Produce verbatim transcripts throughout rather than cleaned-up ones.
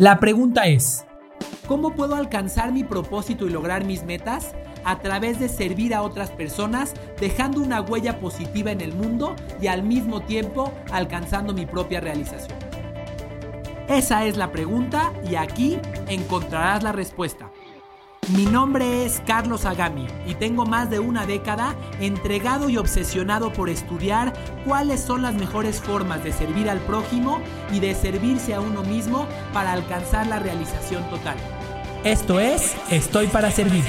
La pregunta es, ¿cómo puedo alcanzar mi propósito y lograr mis metas? A través de servir a otras personas, dejando una huella positiva en el mundo y al mismo tiempo alcanzando mi propia realización. Esa es la pregunta y aquí encontrarás la respuesta. Mi nombre es Carlos Agami y tengo más de una década entregado y obsesionado por estudiar cuáles son las mejores formas de servir al prójimo y de servirse a uno mismo para alcanzar la realización total. Esto es Estoy para Servirte.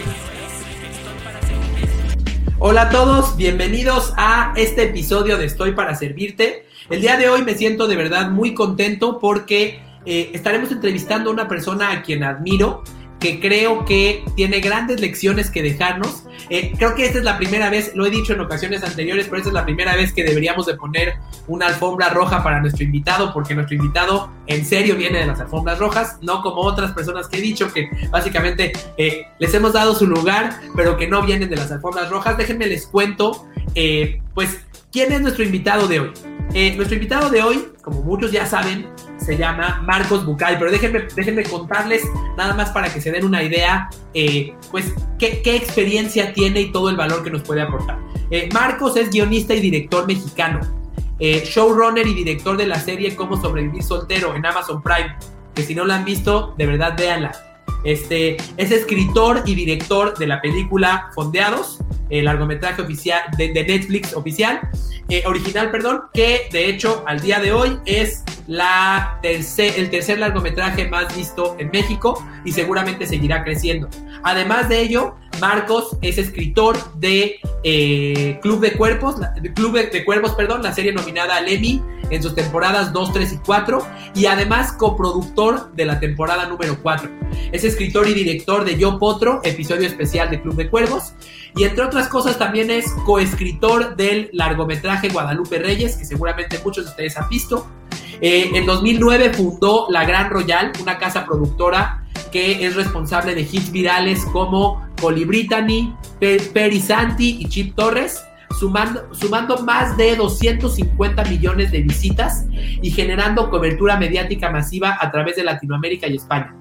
Hola a todos, bienvenidos a este episodio de Estoy para Servirte. El día de hoy me siento de verdad muy contento porque eh, estaremos entrevistando a una persona a quien admiro, que creo que tiene grandes lecciones que dejarnos. Eh, creo que esta es la primera vez, lo he dicho en ocasiones anteriores, pero esta es la primera vez que deberíamos de poner una alfombra roja para nuestro invitado, porque nuestro invitado en serio viene de las alfombras rojas, no como otras personas que he dicho, que básicamente eh, les hemos dado su lugar, pero que no vienen de las alfombras rojas. Déjenme les cuento, eh, pues, ¿quién es nuestro invitado de hoy? Eh, nuestro invitado de hoy, como muchos ya saben, se llama Marcos Bucay, pero déjenme, déjenme contarles nada más para que se den una idea, eh, pues, qué, qué experiencia tiene y todo el valor que nos puede aportar. Eh, Marcos es guionista y director mexicano, eh, showrunner y director de la serie Cómo sobrevivir soltero en Amazon Prime, que si no la han visto, de verdad véanla. Este, es escritor y director de la película Fondeados, el largometraje oficial de, de Netflix oficial, eh, original, perdón, que de hecho al día de hoy es la tercer, el tercer largometraje más visto en México y seguramente seguirá creciendo. Además de ello, Marcos es escritor de eh, Club de Cuervos, de Club de, de Cuervos, perdón, la serie nominada al Emmy en sus temporadas dos, tres y cuatro, y además coproductor de la temporada número cuatro. Es escritor y director de Yo Potro, episodio especial de Club de Cuervos, y entre otras cosas también es coescritor del largometraje Guadalupe Reyes, que seguramente muchos de ustedes han visto. Eh, en dos mil nueve fundó La Gran Royal, una casa productora que es responsable de hits virales como Colibritany, Peri Santi y Chip Torres, sumando, sumando más de doscientos cincuenta millones de visitas y generando cobertura mediática masiva a través de Latinoamérica y España.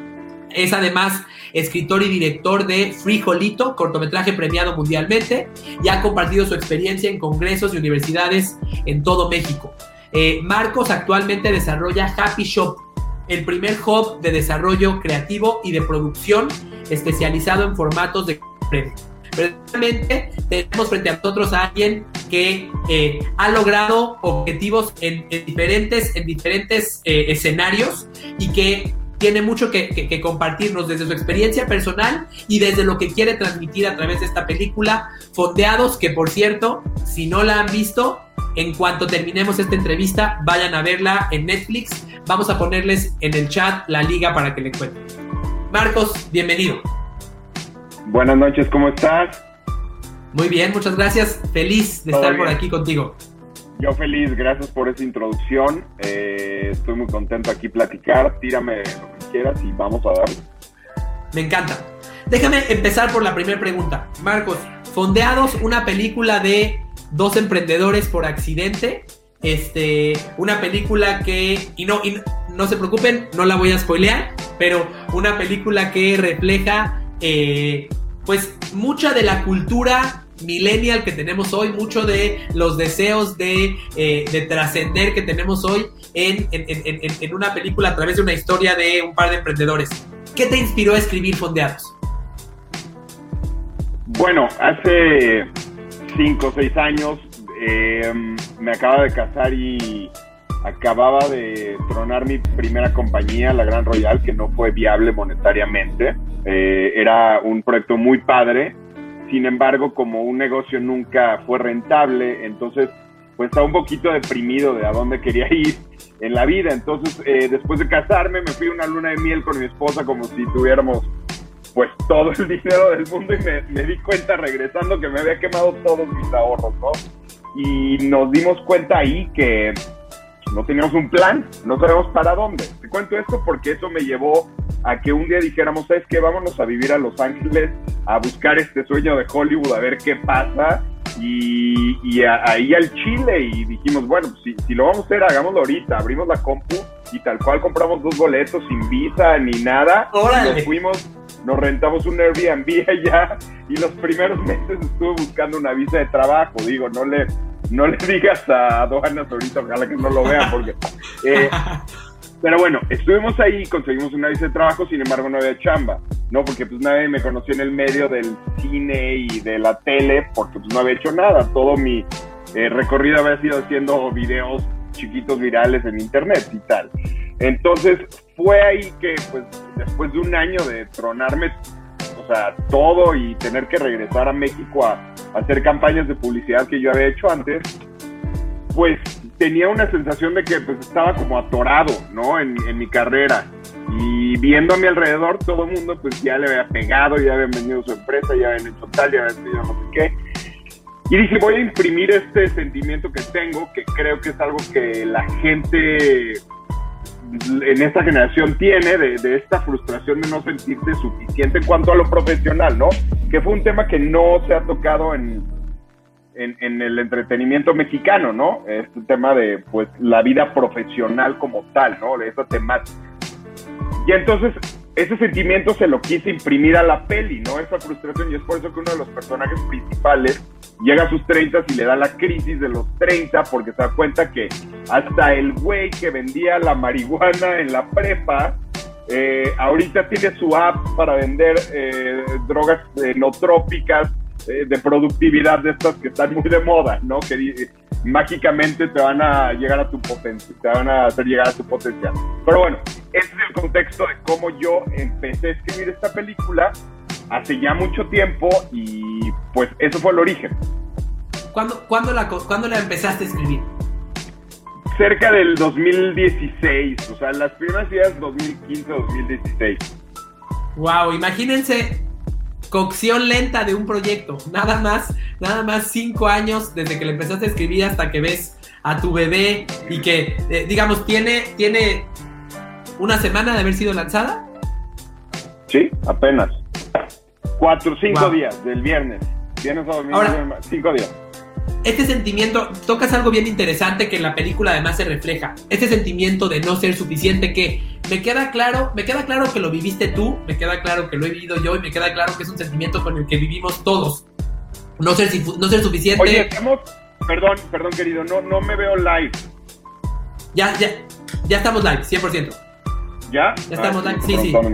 Es además escritor y director de Frijolito, cortometraje premiado mundialmente, y ha compartido su experiencia en congresos y universidades en todo México. Eh, Marcos actualmente desarrolla Happy Shop, el primer hub de desarrollo creativo y de producción especializado en formatos de premio. Precisamente tenemos frente a nosotros a alguien que eh, ha logrado objetivos en, en diferentes, en diferentes eh, escenarios y que tiene mucho que, que, que compartirnos desde su experiencia personal y desde lo que quiere transmitir a través de esta película Fondeados, que por cierto, si no la han visto, en cuanto terminemos esta entrevista, vayan a verla en Netflix. Vamos a ponerles en el chat la liga para que la encuentren. Marcos, bienvenido. Buenas noches, ¿cómo estás? Muy bien, muchas gracias. Feliz de estar bien por aquí contigo. Yo feliz, gracias por esa introducción. Eh, estoy muy contento aquí platicar. Tírame lo que quieras y vamos a darle. Me encanta. Déjame empezar por la primera pregunta. Marcos, Fondeados, una película de dos emprendedores por accidente. Este, una película que, y no, y no se preocupen, no la voy a spoilear, pero una película que refleja eh, pues mucha de la cultura millennial que tenemos hoy, mucho de los deseos de, eh, de trascender que tenemos hoy en, en, en, en una película a través de una historia de un par de emprendedores. ¿Qué te inspiró a escribir Fondeados? Bueno, hace cinco o seis años eh, me acababa de casar y acababa de tronar mi primera compañía, La Gran Royal, que no fue viable monetariamente. Eh, era un proyecto muy padre. Sin embargo, como un negocio nunca fue rentable, entonces pues estaba un poquito deprimido de a dónde quería ir en la vida. Entonces, eh, después de casarme, me fui a una luna de miel con mi esposa como si tuviéramos pues todo el dinero del mundo y me, me di cuenta regresando que me había quemado todos mis ahorros, ¿no? Y nos dimos cuenta ahí que no teníamos un plan, no sabemos para dónde. Te cuento esto porque eso me llevó a que un día dijéramos, ¿sabes qué? Vámonos a vivir a Los Ángeles, a buscar este sueño de Hollywood, a ver qué pasa. Y, y a, ahí al Chile, y dijimos, bueno, pues si, si lo vamos a hacer, hagámoslo ahorita. Abrimos la compu y tal cual compramos dos boletos sin visa ni nada. ¡Órale! Nos fuimos, nos rentamos un Airbnb allá y los primeros meses estuve buscando una visa de trabajo. Digo, no le, no le digas a aduanas ahorita, ojalá que no lo vean, porque... Eh, pero bueno, estuvimos ahí, conseguimos una visa de trabajo, sin embargo no había chamba, ¿no? Porque pues nadie me conoció en el medio del cine y de la tele, porque pues no había hecho nada. Todo mi eh, recorrido había sido haciendo videos chiquitos virales en internet y tal. Entonces fue ahí que pues después de un año de tronarme, o sea, todo y tener que regresar a México a, a hacer campañas de publicidad que yo había hecho antes, pues tenía una sensación de que pues estaba como atorado, ¿no? En, en mi carrera. Y viendo a mi alrededor, todo el mundo pues ya le había pegado, ya habían vendido su empresa, ya habían hecho tal, ya habían hecho no sé qué. Y dije, voy a imprimir este sentimiento que tengo, que creo que es algo que la gente en esta generación tiene, de, de esta frustración de no sentirse suficiente en cuanto a lo profesional, ¿no? Que fue un tema que no se ha tocado en, en, en el entretenimiento mexicano, ¿no? Este tema de, pues, la vida profesional como tal, ¿no? De esa temática. Y entonces, ese sentimiento se lo quise imprimir a la peli, ¿no? Esa frustración, y es por eso que uno de los personajes principales llega a sus treinta y le da la crisis de los treinta, porque se da cuenta que hasta el güey que vendía la marihuana en la prepa, eh, ahorita tiene su app para vender eh, drogas eh, no trópicas, eh, de productividad, de estas que están muy de moda, ¿no? Que eh, mágicamente te van a llegar a tu potencia, te van a hacer llegar a tu potencial. Pero bueno, ese es el contexto de cómo yo empecé a escribir esta película hace ya mucho tiempo, y pues eso fue el origen. ¿Cuándo, cuándo, la, ¿Cuándo la empezaste a escribir? Cerca del dos mil dieciséis, o sea, las primeras ideas dos mil quince, dos mil dieciséis. Wow, imagínense, cocción lenta de un proyecto, nada más, nada más cinco años desde que le empezaste a escribir hasta que ves a tu bebé y que, eh, digamos, tiene, tiene una semana de haber sido lanzada. Sí, apenas. Cuatro, cinco wow. días, del viernes. Viernes a domingo, Ahora, cinco días. Este sentimiento, tocas algo bien interesante que en la película además se refleja. Este sentimiento de no ser suficiente, que me queda claro, me queda claro que lo viviste tú, me queda claro que lo he vivido yo, y me queda claro que es un sentimiento con el que vivimos todos. No ser, no ser suficiente. Oye, estamos, perdón, perdón querido, no, no me veo live. Ya, ya, ya estamos live, cien por ciento. ¿Ya? Ya estamos ah, live, sí, sí.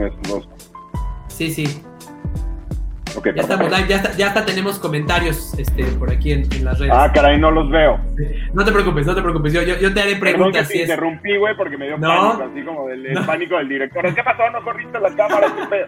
Sí, sí. Okay, ya estamos live, ya hasta, ya hasta tenemos comentarios este, por aquí en, en las redes. Ah, caray, no los veo. No te preocupes, no te preocupes, yo, yo, yo te haré preguntas. Perdón que te si interrumpí, güey, porque me dio no, pánico, así como del, el no. pánico del director. ¿Qué pasó? ¿No corriste la cámara?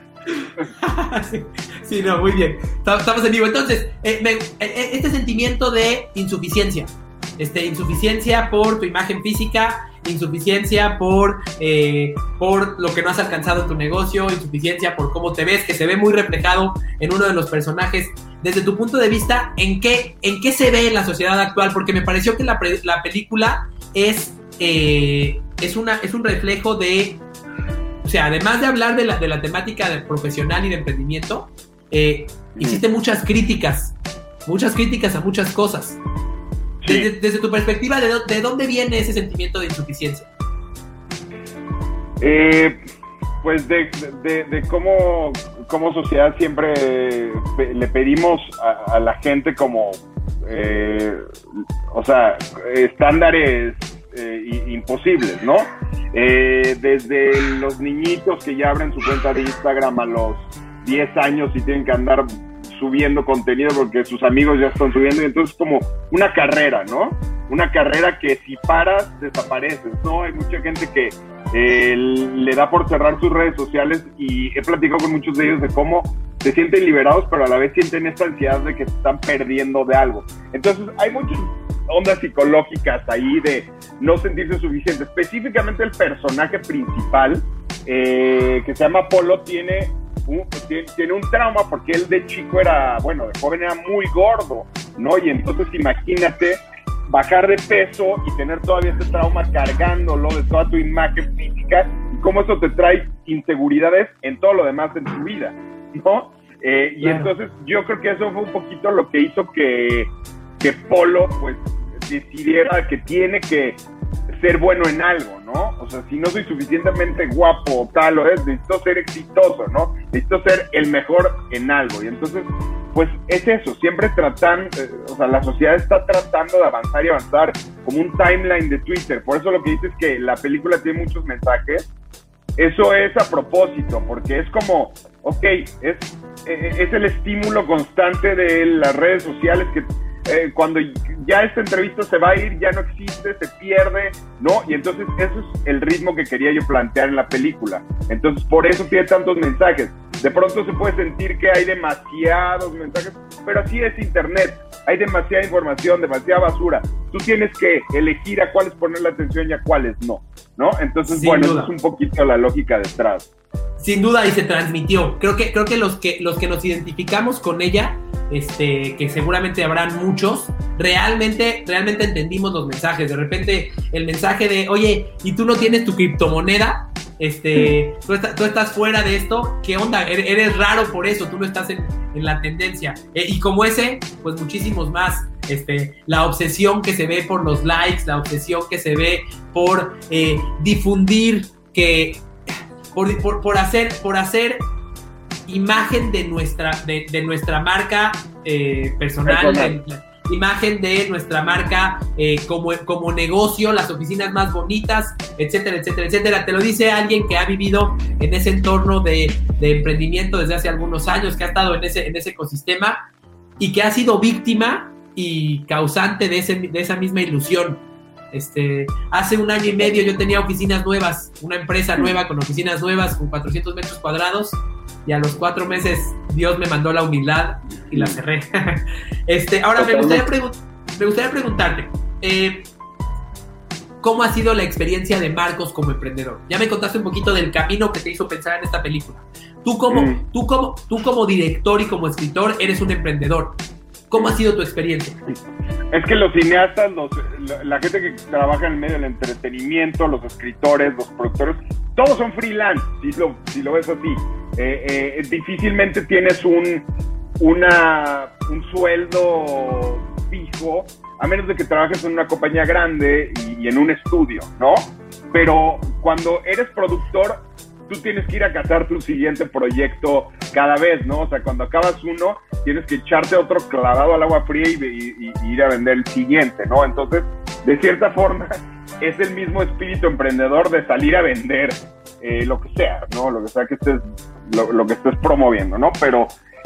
sí, sí, no, muy bien. Estamos en vivo. Entonces, eh, me, eh, este sentimiento de insuficiencia, este, insuficiencia por tu imagen física, insuficiencia por, eh, por lo que no has alcanzado en tu negocio, insuficiencia por cómo te ves, que se ve muy reflejado en uno de los personajes. Desde tu punto de vista, ¿en qué, en qué se ve en la sociedad actual? Porque me pareció que la, pre, la película es, eh, es, una, es un reflejo de, o sea, además de hablar de la, de la temática de profesional y de emprendimiento, eh, hiciste muchas críticas, muchas críticas a muchas cosas. Sí. Desde, desde tu perspectiva, ¿de, ¿de dónde viene ese sentimiento de insuficiencia? Eh, pues de, de, de cómo como sociedad siempre pe- le pedimos a, a la gente como, eh, o sea, estándares eh, imposibles, ¿no? Eh, desde los niñitos que ya abren su cuenta de Instagram a los diez años y tienen que andar subiendo contenido porque sus amigos ya están subiendo, y entonces como una carrera, ¿no? Una carrera que si paras, desapareces, ¿no? Hay mucha gente que eh, le da por cerrar sus redes sociales, y he platicado con muchos de ellos de cómo se sienten liberados, pero a la vez sienten esta ansiedad de que se están perdiendo de algo. Entonces hay muchas ondas psicológicas ahí de no sentirse suficiente. Específicamente el personaje principal, eh, que se llama Apolo, tiene Un, tiene, tiene un trauma porque él de chico era, bueno, de joven era muy gordo, ¿no? Y entonces imagínate bajar de peso y tener todavía ese trauma cargándolo de toda tu imagen física, y cómo eso te trae inseguridades en todo lo demás en tu vida, ¿no? Eh, y claro. Entonces yo creo que eso fue un poquito lo que hizo que, que Polo pues decidiera que tiene que ser bueno en algo, ¿no? O sea, si no soy suficientemente guapo o tal o es, necesito ser exitoso, ¿no? Necesito ser el mejor en algo. Y entonces, pues es eso, siempre tratan, eh, o sea, la sociedad está tratando de avanzar y avanzar como un timeline de Twitter. Por eso lo que dices es que la película tiene muchos mensajes. Eso es a propósito, porque es como, ok, es, es el estímulo constante de las redes sociales que eh, cuando ya esta entrevista se va a ir, ya no existe, se pierde, ¿no? Y entonces eso es el ritmo que quería yo plantear en la película. Entonces por eso tiene tantos mensajes. De pronto se puede sentir que hay demasiados mensajes, pero así es Internet. Hay demasiada información, demasiada basura. Tú tienes que elegir a cuáles ponerle atención y a cuáles no, ¿no? Entonces, Sin bueno, duda. Eso es un poquito la lógica detrás. Sin duda, y se transmitió. Creo que, creo que los que los que nos identificamos con ella, este, que seguramente habrán muchos, realmente, realmente entendimos los mensajes. De repente, el mensaje de, oye, ¿y tú no tienes tu criptomoneda? Este, tú, está, tú estás fuera de esto, ¿qué onda? Eres, eres raro por eso, tú no estás en, en la tendencia. Eh, y como ese, pues muchísimos más. Este, la obsesión que se ve por los likes, la obsesión que se ve por eh, difundir, que por, por, por hacer, por hacer imagen de nuestra, de, de nuestra marca eh, personal, personal. De, imagen de nuestra marca eh, como, como negocio, las oficinas más bonitas, etcétera, etcétera, etcétera. Te lo dice alguien que ha vivido en ese entorno de, de emprendimiento desde hace algunos años, que ha estado en ese, en ese ecosistema y que ha sido víctima y causante de, ese, de esa misma ilusión. Este, hace un año y medio yo tenía oficinas nuevas, una empresa nueva con oficinas nuevas con cuatrocientos metros cuadrados, y a los cuatro meses Dios me mandó la humildad y la cerré. este, ahora me gustaría, pregun- me gustaría preguntarte, eh, ¿cómo ha sido la experiencia de Marcos como emprendedor? Ya me contaste un poquito del camino que te hizo pensar en esta película. Tú como, mm. tú como, tú como director y como escritor eres un emprendedor. ¿Cómo ha sido tu experiencia? Es que los cineastas, los, la, la gente que trabaja en el medio del entretenimiento, los escritores, los productores, todos son freelance, si lo, si lo ves así. Eh, eh, difícilmente tienes un, una, un sueldo fijo, a menos de que trabajes en una compañía grande y, y en un estudio, ¿no? Pero cuando eres productor, tú tienes que ir a cazar tu siguiente proyecto cada vez, ¿no? O sea, cuando acabas uno, tienes que echarte otro clavado al agua fría y, y, y ir a vender el siguiente, ¿no? Entonces, de cierta forma, es el mismo espíritu emprendedor de salir a vender eh, lo que sea, ¿no? Lo que sea que estés, lo, lo que estés promoviendo, ¿no? Pero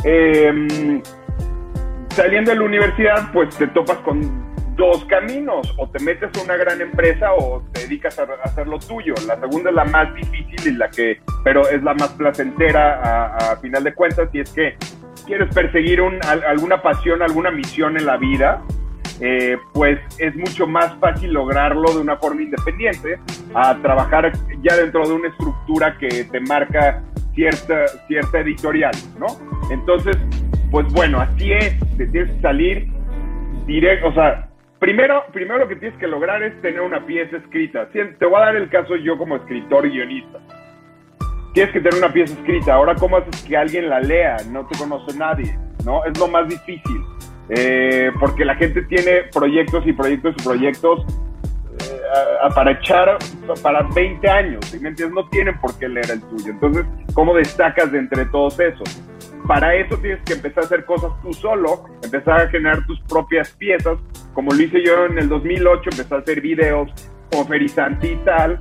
eh, saliendo de la universidad, pues te topas con dos caminos, o te metes a una gran empresa o te dedicas a hacer lo tuyo. La segunda es la más difícil y la que, pero es la más placentera a, a final de cuentas, y es que quieres perseguir un, alguna pasión, alguna misión en la vida, eh, pues es mucho más fácil lograrlo de una forma independiente a trabajar ya dentro de una estructura que te marca cierta, cierta editorial, ¿no? Entonces, pues bueno, así es, te tienes que salir directo, o sea, Primero, primero lo que tienes que lograr es tener una pieza escrita. Te voy a dar el caso yo como escritor y guionista. Tienes que tener una pieza escrita. Ahora, ¿cómo haces que alguien la lea? No te conoce nadie, ¿no? Es lo más difícil. Eh, porque la gente tiene proyectos y proyectos y proyectos eh, a, a para echar para veinte años, ¿sí me entiendes? No tienen por qué leer el tuyo. Entonces, ¿cómo destacas de entre todos esos? Para eso tienes que empezar a hacer cosas tú solo, empezar a generar tus propias piezas, como lo hice yo en el dos mil ocho, empecé a hacer videos con Ferizanti y tal,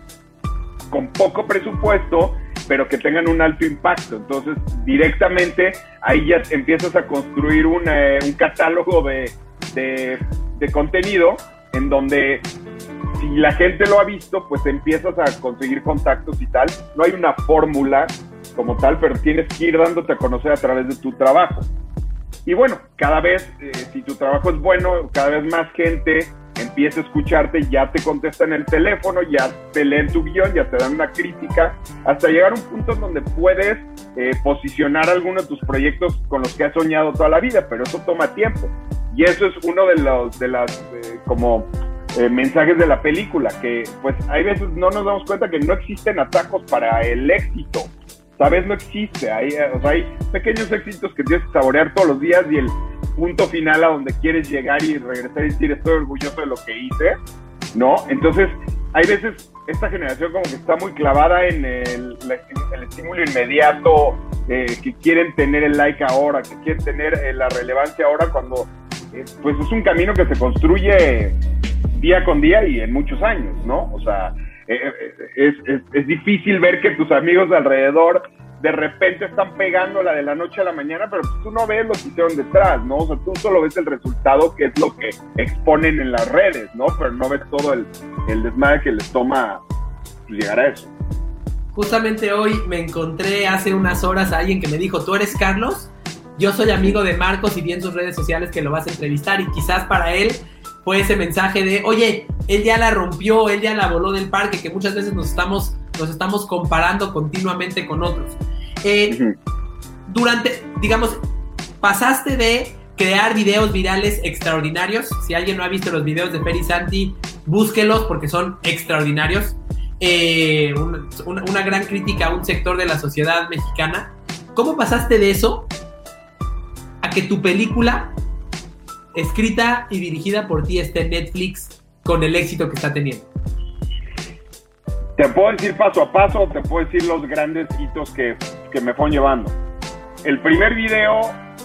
con poco presupuesto, pero que tengan un alto impacto. Entonces, directamente, ahí ya empiezas a construir un, eh, un catálogo de, de, de contenido, en donde si la gente lo ha visto, pues empiezas a conseguir contactos y tal. No hay una fórmula como tal, pero tienes que ir dándote a conocer a través de tu trabajo. Y bueno, cada vez, eh, si tu trabajo es bueno, cada vez más gente empieza a escucharte, ya te contestan el teléfono, ya te leen tu guión, ya te dan una crítica, hasta llegar a un punto en donde puedes eh, posicionar alguno de tus proyectos con los que has soñado toda la vida, pero eso toma tiempo. Y eso es uno de los de las eh, como eh, mensajes de la película, que pues hay veces no nos damos cuenta que no existen atajos para el éxito. ¿Sabes? No existe. Hay, o sea, hay pequeños éxitos que tienes que saborear todos los días, y el punto final a donde quieres llegar y regresar y decir estoy orgulloso de lo que hice, ¿no? Entonces, hay veces esta generación como que está muy clavada en el, el estímulo inmediato, eh, que quieren tener el like ahora, que quieren tener eh, la relevancia ahora, cuando eh, pues es un camino que se construye día con día y en muchos años, ¿no? O sea, eh, es, es, es difícil ver que tus amigos de alrededor de repente están pegándola de la noche a la mañana, pero pues tú no ves lo que hicieron detrás, ¿no? O sea, tú solo ves el resultado, que es lo que exponen en las redes, ¿no? Pero no ves todo el, el desmadre que les toma pues, llegar a eso. Justamente hoy me encontré hace unas horas a alguien que me dijo, ¿tú eres Carlos? Yo soy amigo de Marcos y vi en sus redes sociales que lo vas a entrevistar, y quizás para él fue ese mensaje de, oye, él ya la rompió, él ya la voló del parque, que muchas veces nos estamos, nos estamos comparando continuamente con otros. Eh, uh-huh. Durante, digamos, pasaste de crear videos virales extraordinarios. Si alguien no ha visto los videos de Fer y Santi, búsquelos porque son extraordinarios. Eh, una, una gran crítica a un sector de la sociedad mexicana. ¿Cómo pasaste de eso a que tu película, escrita y dirigida por ti, esté en Netflix con el éxito que está teniendo? Te puedo decir paso a paso, te puedo decir los grandes hitos que, que me fueron llevando. El primer video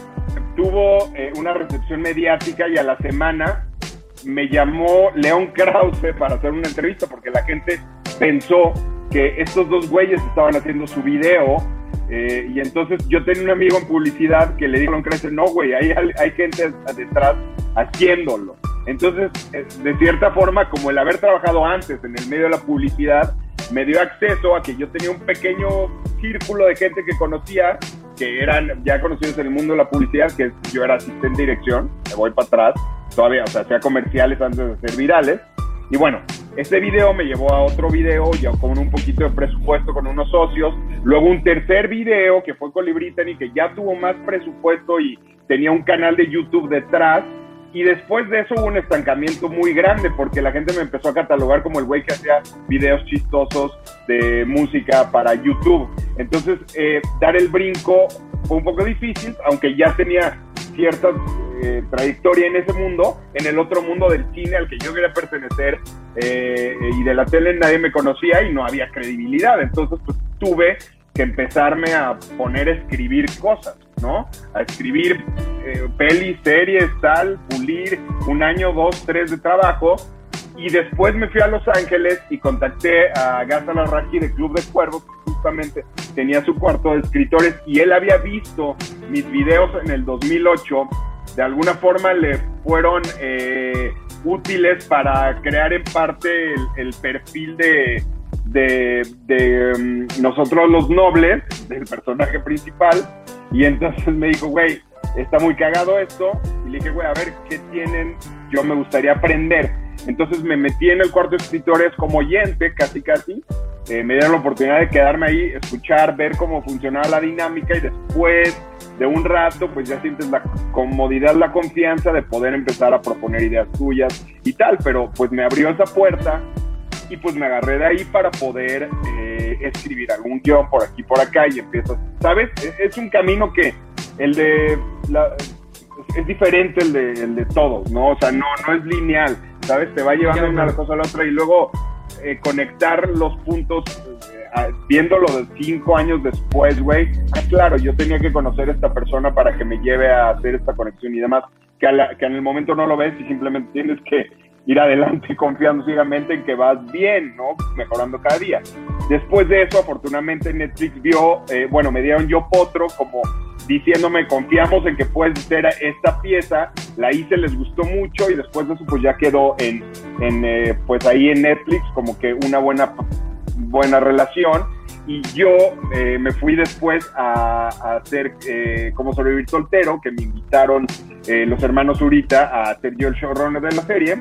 tuvo eh, una recepción mediática y a la semana me llamó León Krause para hacer una entrevista porque la gente pensó que estos dos güeyes estaban haciendo su video. Eh, y entonces yo tenía un amigo en publicidad que le dijo a León Krause, no güey, hay, hay gente detrás haciéndolo. Entonces, de cierta forma, como el haber trabajado antes en el medio de la publicidad, me dio acceso a que yo tenía un pequeño círculo de gente que conocía, que eran ya conocidos en el mundo de la publicidad, que yo era asistente de dirección, me voy para atrás, todavía, o sea, hacía comerciales antes de ser virales. Y bueno, este video me llevó a otro video, ya con un poquito de presupuesto con unos socios, luego un tercer video que fue con Libritany, que ya tuvo más presupuesto y tenía un canal de YouTube detrás. Y después de eso hubo un estancamiento muy grande porque la gente me empezó a catalogar como el güey que hacía videos chistosos de música para YouTube. Entonces, eh, dar el brinco fue un poco difícil, aunque ya tenía cierta eh, trayectoria en ese mundo. En el otro mundo del cine al que yo quería pertenecer eh, y de la tele nadie me conocía y no había credibilidad. Entonces, pues tuve que empezarme a poner a escribir cosas, ¿no? A escribir eh, pelis, series, tal, pulir un año, dos, tres de trabajo. Y después me fui a Los Ángeles y contacté a Ghazal Al-Raki de Club de Cuervos, que justamente tenía su cuarto de escritores y él había visto mis videos en el dos mil ocho. De alguna forma le fueron eh, útiles para crear en parte el, el perfil de de, de um, nosotros los nobles, del personaje principal, y entonces me dijo, güey, está muy cagado esto, y le dije, güey, a ver, ¿qué tienen? Yo me gustaría aprender. Entonces me metí en el cuarto de escritores como oyente, casi casi, eh, me dieron la oportunidad de quedarme ahí, escuchar, ver cómo funcionaba la dinámica, y después de un rato, pues ya sientes la comodidad, la confianza de poder empezar a proponer ideas tuyas y tal, pero pues me abrió esa puerta. Y pues me agarré de ahí para poder eh, escribir algún guión por aquí, por acá, y empiezas, ¿sabes? Es, es un camino que el de, la, es diferente el de, el de todos, ¿no? O sea, no, no es lineal, ¿sabes? Te va llevando de una cosa a la otra y luego eh, conectar los puntos, eh, viéndolo de cinco años después, güey. Ah, claro, yo tenía que conocer a esta persona para que me lleve a hacer esta conexión y demás, que, a la, que en el momento no lo ves y simplemente tienes que ir adelante confiando ciegamente en que vas bien, ¿no? Mejorando cada día. Después de eso, afortunadamente, Netflix vio, eh, bueno, me dieron yo potro como diciéndome, confiamos en que puedes hacer esta pieza, la hice, les gustó mucho y después de eso pues ya quedó en, en eh, pues ahí en Netflix como que una buena, buena relación. Y yo eh, me fui después a, a hacer eh, Cómo sobrevivir soltero, que me invitaron eh, los hermanos Zurita a hacer yo el showrunner de la serie.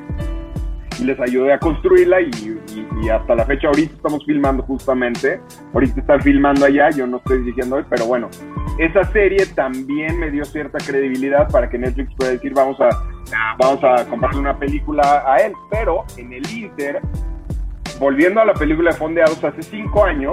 Y les ayudé a construirla y, y, y hasta la fecha ahorita estamos filmando justamente. Ahorita están filmando allá, yo no estoy dirigiendo hoy, pero bueno. Esa serie también me dio cierta credibilidad para que Netflix pueda decir vamos a, vamos a comprarle una película a él. Pero en el Inter, volviendo a la película de Fondeados hace cinco años,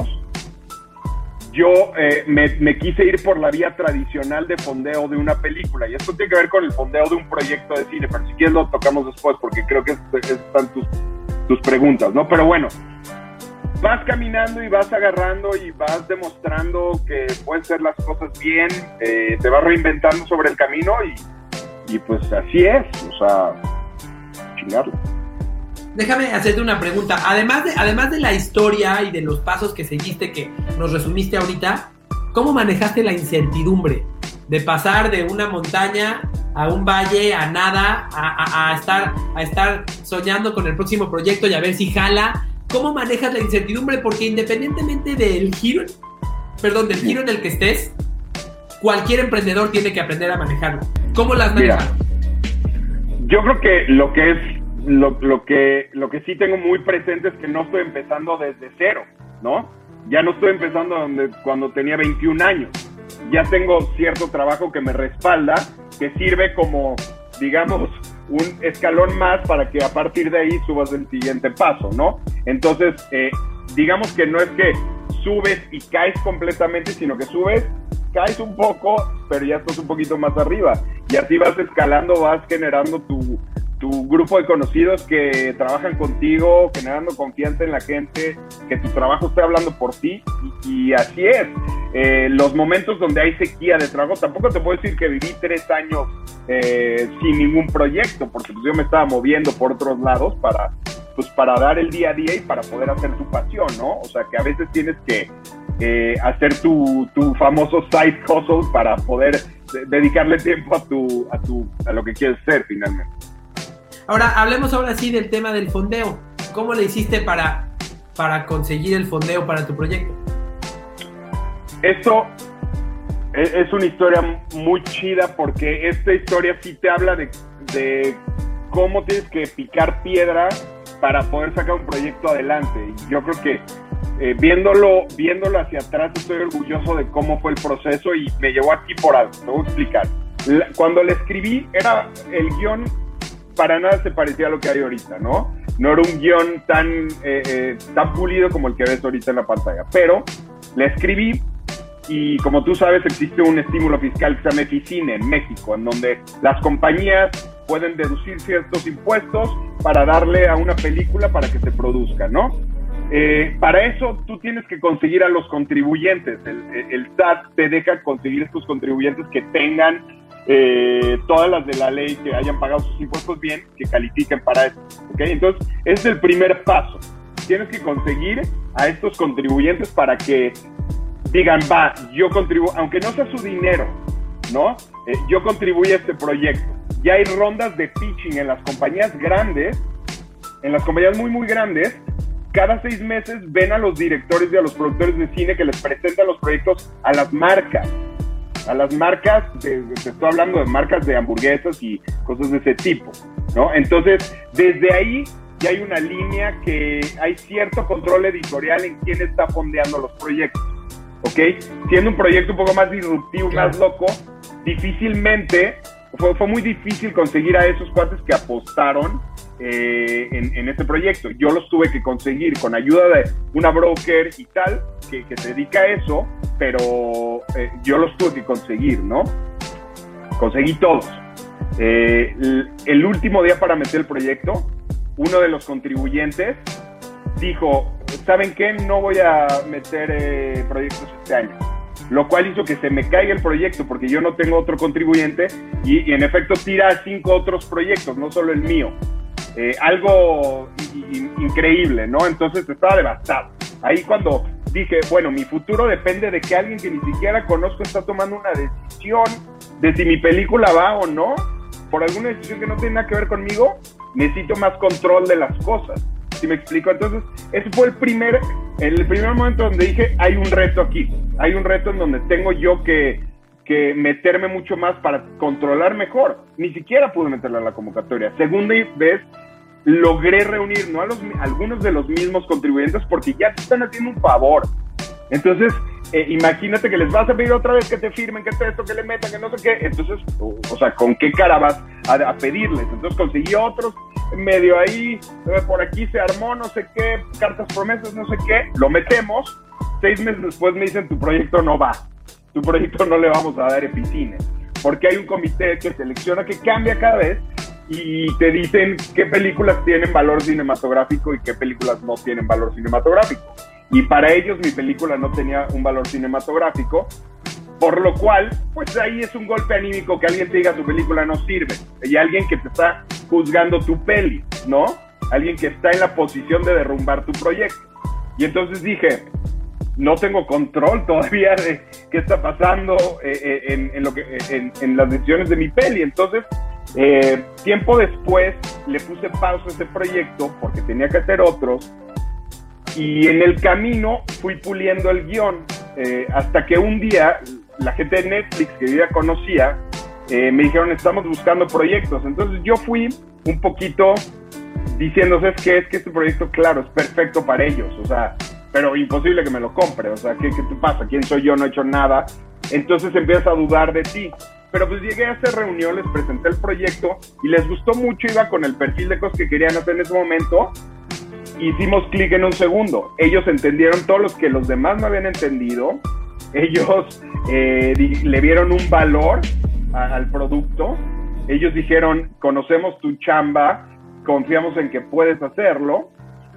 yo eh, me, me quise ir por la vía tradicional de fondeo de una película, y esto tiene que ver con el fondeo de un proyecto de cine, pero si quieres lo tocamos después, porque creo que es, es, están tus tus preguntas, ¿no? Pero bueno, vas caminando y vas agarrando y vas demostrando que puedes hacer las cosas bien, eh, te vas reinventando sobre el camino y, y pues así es, o sea, chingarlo. Déjame hacerte una pregunta. Además de, además de la historia y de los pasos que seguiste, que nos resumiste ahorita, ¿cómo manejaste la incertidumbre de pasar de una montaña a un valle, a nada, a, a, a, estar, a estar soñando con el próximo proyecto y a ver si jala? ¿Cómo manejas la incertidumbre? Porque independientemente del giro, perdón, del giro en el que estés, cualquier emprendedor tiene que aprender a manejarlo. ¿Cómo las manejas? Yo creo que lo que es Lo, lo que lo que sí tengo muy presente es que no estoy empezando desde cero, ¿no? Ya no estoy empezando donde, cuando tenía veintiún años. Ya tengo cierto trabajo que me respalda, que sirve como, digamos, un escalón más para que a partir de ahí subas el siguiente paso, ¿no? Entonces, eh, digamos que no es que subes y caes completamente, sino que subes, caes un poco, pero ya estás un poquito más arriba. Y así vas escalando, vas generando tu... tu grupo de conocidos que trabajan contigo, generando confianza en la gente, que tu trabajo esté hablando por ti, y, y así es. Eh, los momentos donde hay sequía de trabajo, tampoco te puedo decir que viví tres años eh, sin ningún proyecto, porque pues yo me estaba moviendo por otros lados para, pues, para dar el día a día y para poder hacer tu pasión, ¿no? O sea, que a veces tienes que eh, hacer tu, tu famoso side hustle para poder de- dedicarle tiempo a, tu, a, tu, a lo que quieres ser finalmente. Ahora, hablemos ahora sí del tema del fondeo. ¿Cómo le hiciste para, para conseguir el fondeo para tu proyecto? Esto es, es una historia muy chida porque esta historia sí te habla de, de cómo tienes que picar piedra para poder sacar un proyecto adelante. Y yo creo que eh, viéndolo, viéndolo hacia atrás estoy orgulloso de cómo fue el proceso y me llevó aquí por algo. Te voy a explicar. La, cuando le escribí, era el guión... para nada se parecía a lo que hay ahorita, ¿no? No era un guión tan, eh, eh, tan pulido como el que ves ahorita en la pantalla, pero le escribí y como tú sabes existe un estímulo fiscal que se llama Eficine en México, en donde las compañías pueden deducir ciertos impuestos para darle a una película para que se produzca, ¿no? Eh, para eso tú tienes que conseguir a los contribuyentes, el, el S A T te deja conseguir estos contribuyentes que tengan Eh, todas las de la ley, que hayan pagado sus impuestos bien, que califiquen para esto, ¿ok? Entonces, ese es el primer paso. Tienes que conseguir a estos contribuyentes para que digan, va, yo contribuyo, aunque no sea su dinero, ¿no? Eh, yo contribuyo a este proyecto. Ya hay rondas de pitching en las compañías grandes, en las compañías muy, muy grandes. Cada seis meses ven a los directores y a los productores de cine que les presentan los proyectos a las marcas. A las marcas, de, de, te estoy hablando de marcas de hamburguesas y cosas de ese tipo, ¿no? Entonces, desde ahí ya hay una línea que hay cierto control editorial en quién está fondeando los proyectos, ¿ok? Siendo un proyecto un poco más disruptivo, claro, más loco, difícilmente, fue, fue muy difícil conseguir a esos cuates que apostaron eh, en, en este proyecto. Yo los tuve que conseguir con ayuda de una broker y tal, que, que se dedica a eso, pero eh, yo los tuve que conseguir, ¿no? Conseguí todos. Eh, el, el último día para meter el proyecto, uno de los contribuyentes dijo, ¿saben qué? No voy a meter eh, proyectos este año. Lo cual hizo que se me caiga el proyecto porque yo no tengo otro contribuyente y, y en efecto tira a cinco otros proyectos, no solo el mío. Eh, algo in, increíble, ¿no? Entonces estaba devastado. Ahí cuando dije, bueno, mi futuro depende de que alguien que ni siquiera conozco está tomando una decisión de si mi película va o no, por alguna decisión que no tiene nada que ver conmigo, necesito más control de las cosas. ¿Sí me explico? Entonces, ese fue el primer, el primer momento donde dije, hay un reto aquí. Hay un reto en donde tengo yo que, que meterme mucho más para controlar mejor. Ni siquiera pude meterla a la convocatoria. Segunda vez, logré reunir ¿no? a, los, a algunos de los mismos contribuyentes porque ya te están haciendo un favor. Entonces, eh, imagínate que les vas a pedir otra vez que te firmen, que te esto, que le metan, que no sé qué. Entonces, o, o sea, ¿con qué cara vas a, a pedirles? Entonces conseguí otros, medio ahí, eh, por aquí se armó, no sé qué, cartas promesas, no sé qué, lo metemos. Seis meses después me dicen, tu proyecto no va, tu proyecto no le vamos a dar Eficine, porque hay un comité que selecciona, que cambia cada vez, y te dicen qué películas tienen valor cinematográfico y qué películas no tienen valor cinematográfico. Y para ellos mi película no tenía un valor cinematográfico, por lo cual, pues ahí es un golpe anímico que alguien te diga tu película no sirve, y alguien que te está juzgando tu peli, ¿no? Alguien que está en la posición de derrumbar tu proyecto. Y entonces dije, no tengo control todavía de qué está pasando eh, en, en, lo que, en, en las decisiones de mi peli. Entonces, eh, tiempo después le puse pausa a ese proyecto porque tenía que hacer otros, y en el camino fui puliendo el guión eh, hasta que un día la gente de Netflix que yo ya conocía eh, me dijeron, estamos buscando proyectos. Entonces yo fui un poquito diciendo, ¿sabes qué? Es que este proyecto, claro, es perfecto para ellos, o sea, pero imposible que me lo compre, o sea, ¿qué, qué te pasa? ¿Quién soy yo? No he hecho nada. Entonces empiezas a dudar de ti. Pero pues llegué a esa reunión, les presenté el proyecto y les gustó mucho, iba con el perfil de cosas que querían hacer en ese momento. Hicimos clic en un segundo. Ellos entendieron todo lo que los demás no habían entendido. Ellos eh, di- le vieron un valor a- al producto. Ellos dijeron, conocemos tu chamba, confiamos en que puedes hacerlo.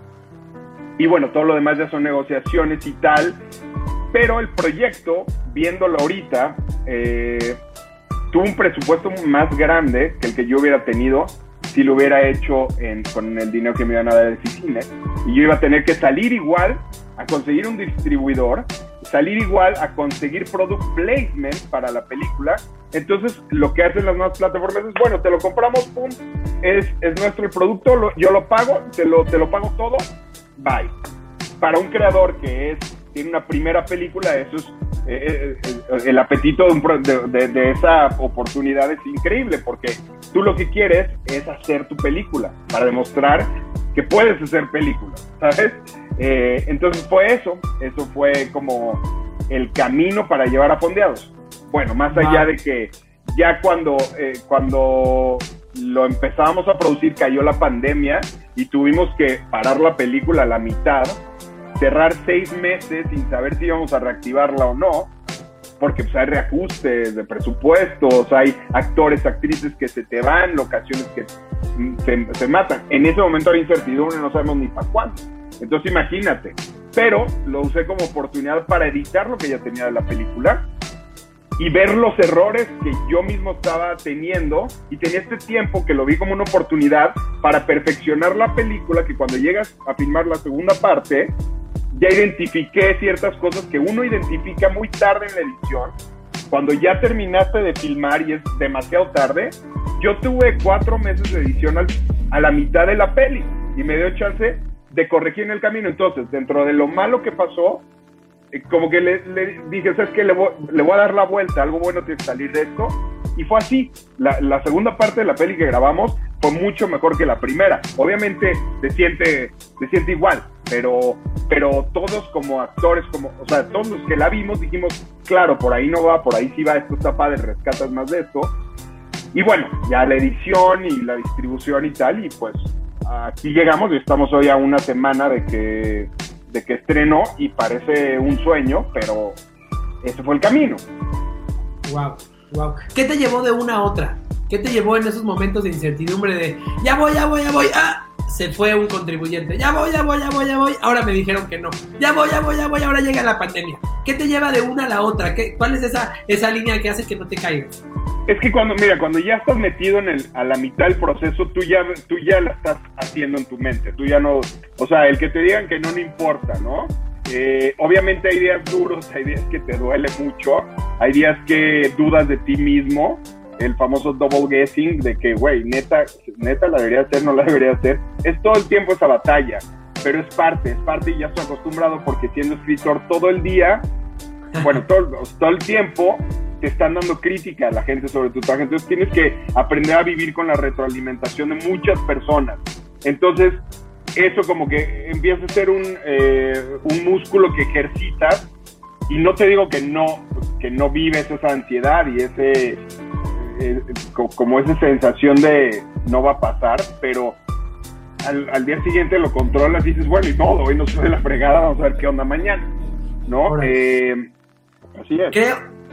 Y bueno, todo lo demás ya son negociaciones y tal. Pero el proyecto, viéndolo ahorita, eh, tuvo un presupuesto más grande que el que yo hubiera tenido si lo hubiera hecho en, con el dinero que me iban a dar de cine. Y yo iba a tener que salir igual a conseguir un distribuidor, salir igual a conseguir product placement para la película. Entonces lo que hacen las nuevas plataformas es, bueno, te lo compramos, pum, es, es nuestro el producto, lo, yo lo pago, te lo, te lo pago todo, bye. Para un creador que es, tiene una primera película, eso es eh, eh, el apetito de, un pro, de, de, de esa oportunidad es increíble, porque tú lo que quieres es hacer tu película para demostrar que puedes hacer películas, ¿sabes? Eh, entonces fue eso, eso fue como el camino para llevar a Fondeados. Bueno, más allá de que ya cuando, eh, cuando lo empezábamos a producir cayó la pandemia y tuvimos que parar la película a la mitad, cerrar seis meses sin saber si íbamos a reactivarla o no, porque pues hay reajustes de presupuestos, hay actores, actrices que se te van, locaciones que se, se matan. En ese momento hay incertidumbre, no sabemos ni para cuándo. Entonces imagínate. Pero lo usé como oportunidad para editar lo que ya tenía de la película y ver los errores que yo mismo estaba teniendo, y tenía este tiempo que lo vi como una oportunidad para perfeccionar la película, que cuando llegas a filmar la segunda parte ya identifiqué ciertas cosas que uno identifica muy tarde en la edición. Cuando ya terminaste de filmar y es demasiado tarde, yo tuve cuatro meses de edición al, a la mitad de la peli y me dio chance de corregir en el camino. Entonces, dentro de lo malo que pasó, eh, como que le, le dije, ¿sabes qué? Le voy, le voy a dar la vuelta, algo bueno tiene que salir de esto. Y fue así. La, la segunda parte de la peli que grabamos fue mucho mejor que la primera. Obviamente se siente, se siente igual, pero, pero todos como actores, como, o sea, todos los que la vimos dijimos, claro, por ahí no va, por ahí sí va, esto está padre, rescatas más de esto. Y bueno, ya la edición y la distribución y tal, y pues aquí llegamos y estamos hoy a una semana de que, de que estrenó y parece un sueño, pero ese fue el camino. Wow, wow. ¿Qué te llevó de una a otra? ¿Qué te llevó en esos momentos de incertidumbre de ya voy, ya voy, ya voy? ¡Ah! Se fue un contribuyente. Ya voy, ya voy, ya voy, ya voy. Ahora me dijeron que no. Ya voy, ya voy, ya voy. Ahora llega la pandemia. ¿Qué te lleva de una a la otra? ¿Qué, ¿Cuál es esa, esa línea que hace que no te caigas? Es que cuando, mira, cuando ya estás metido en el, a la mitad del proceso, tú ya, tú ya la estás haciendo en tu mente. Tú ya no, o sea, el que te digan que no, no importa, ¿no? Eh, obviamente hay días duros, hay días que te duele mucho, hay días que dudas de ti mismo, el famoso double guessing de que, güey, neta, neta la debería hacer, no la debería hacer. Es todo el tiempo esa batalla, pero es parte, es parte y ya estoy acostumbrado porque siendo escritor todo el día, bueno, todo, todo el tiempo te están dando crítica a la gente sobre tu trabajo, entonces tienes que aprender a vivir con la retroalimentación de muchas personas. Entonces, eso como que empieza a ser un, eh, un músculo que ejercitas, y no te digo que no, que no vives esa ansiedad y ese... Eh, como esa sensación de no va a pasar, pero al, al día siguiente lo controlas y dices, bueno, y todo, hoy no soy de la fregada, vamos a ver qué onda mañana, ¿no? Eh, así es. Creo,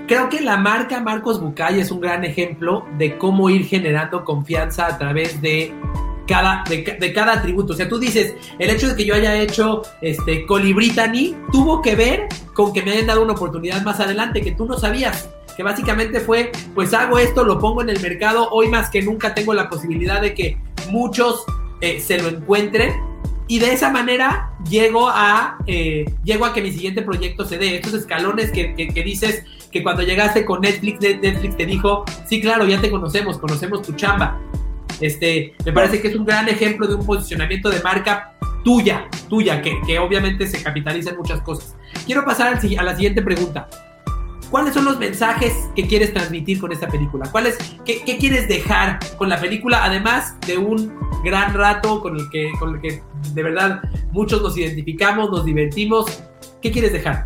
creo que la marca Marcos Bucay es un gran ejemplo de cómo ir generando confianza a través de cada, de, de cada atributo. O sea, tú dices, el hecho de que yo haya hecho este Colibritany tuvo que ver con que me hayan dado una oportunidad más adelante que tú no sabías. Que básicamente fue, pues hago esto, lo pongo en el mercado, hoy más que nunca tengo la posibilidad de que muchos eh, se lo encuentren, y de esa manera llego a eh, llego a que mi siguiente proyecto se dé. Estos escalones que, que, que dices que cuando llegaste con Netflix, Netflix te dijo, sí, claro, ya te conocemos, conocemos tu chamba. Este, me parece que es un gran ejemplo de un posicionamiento de marca tuya, tuya, que, que obviamente se capitaliza en muchas cosas. Quiero pasar al, a la siguiente pregunta. ¿Cuáles son los mensajes que quieres transmitir con esta película? ¿Cuáles, qué, qué quieres dejar con la película? Además de un gran rato con el que, con el que de verdad muchos nos identificamos, nos divertimos. ¿Qué quieres dejar?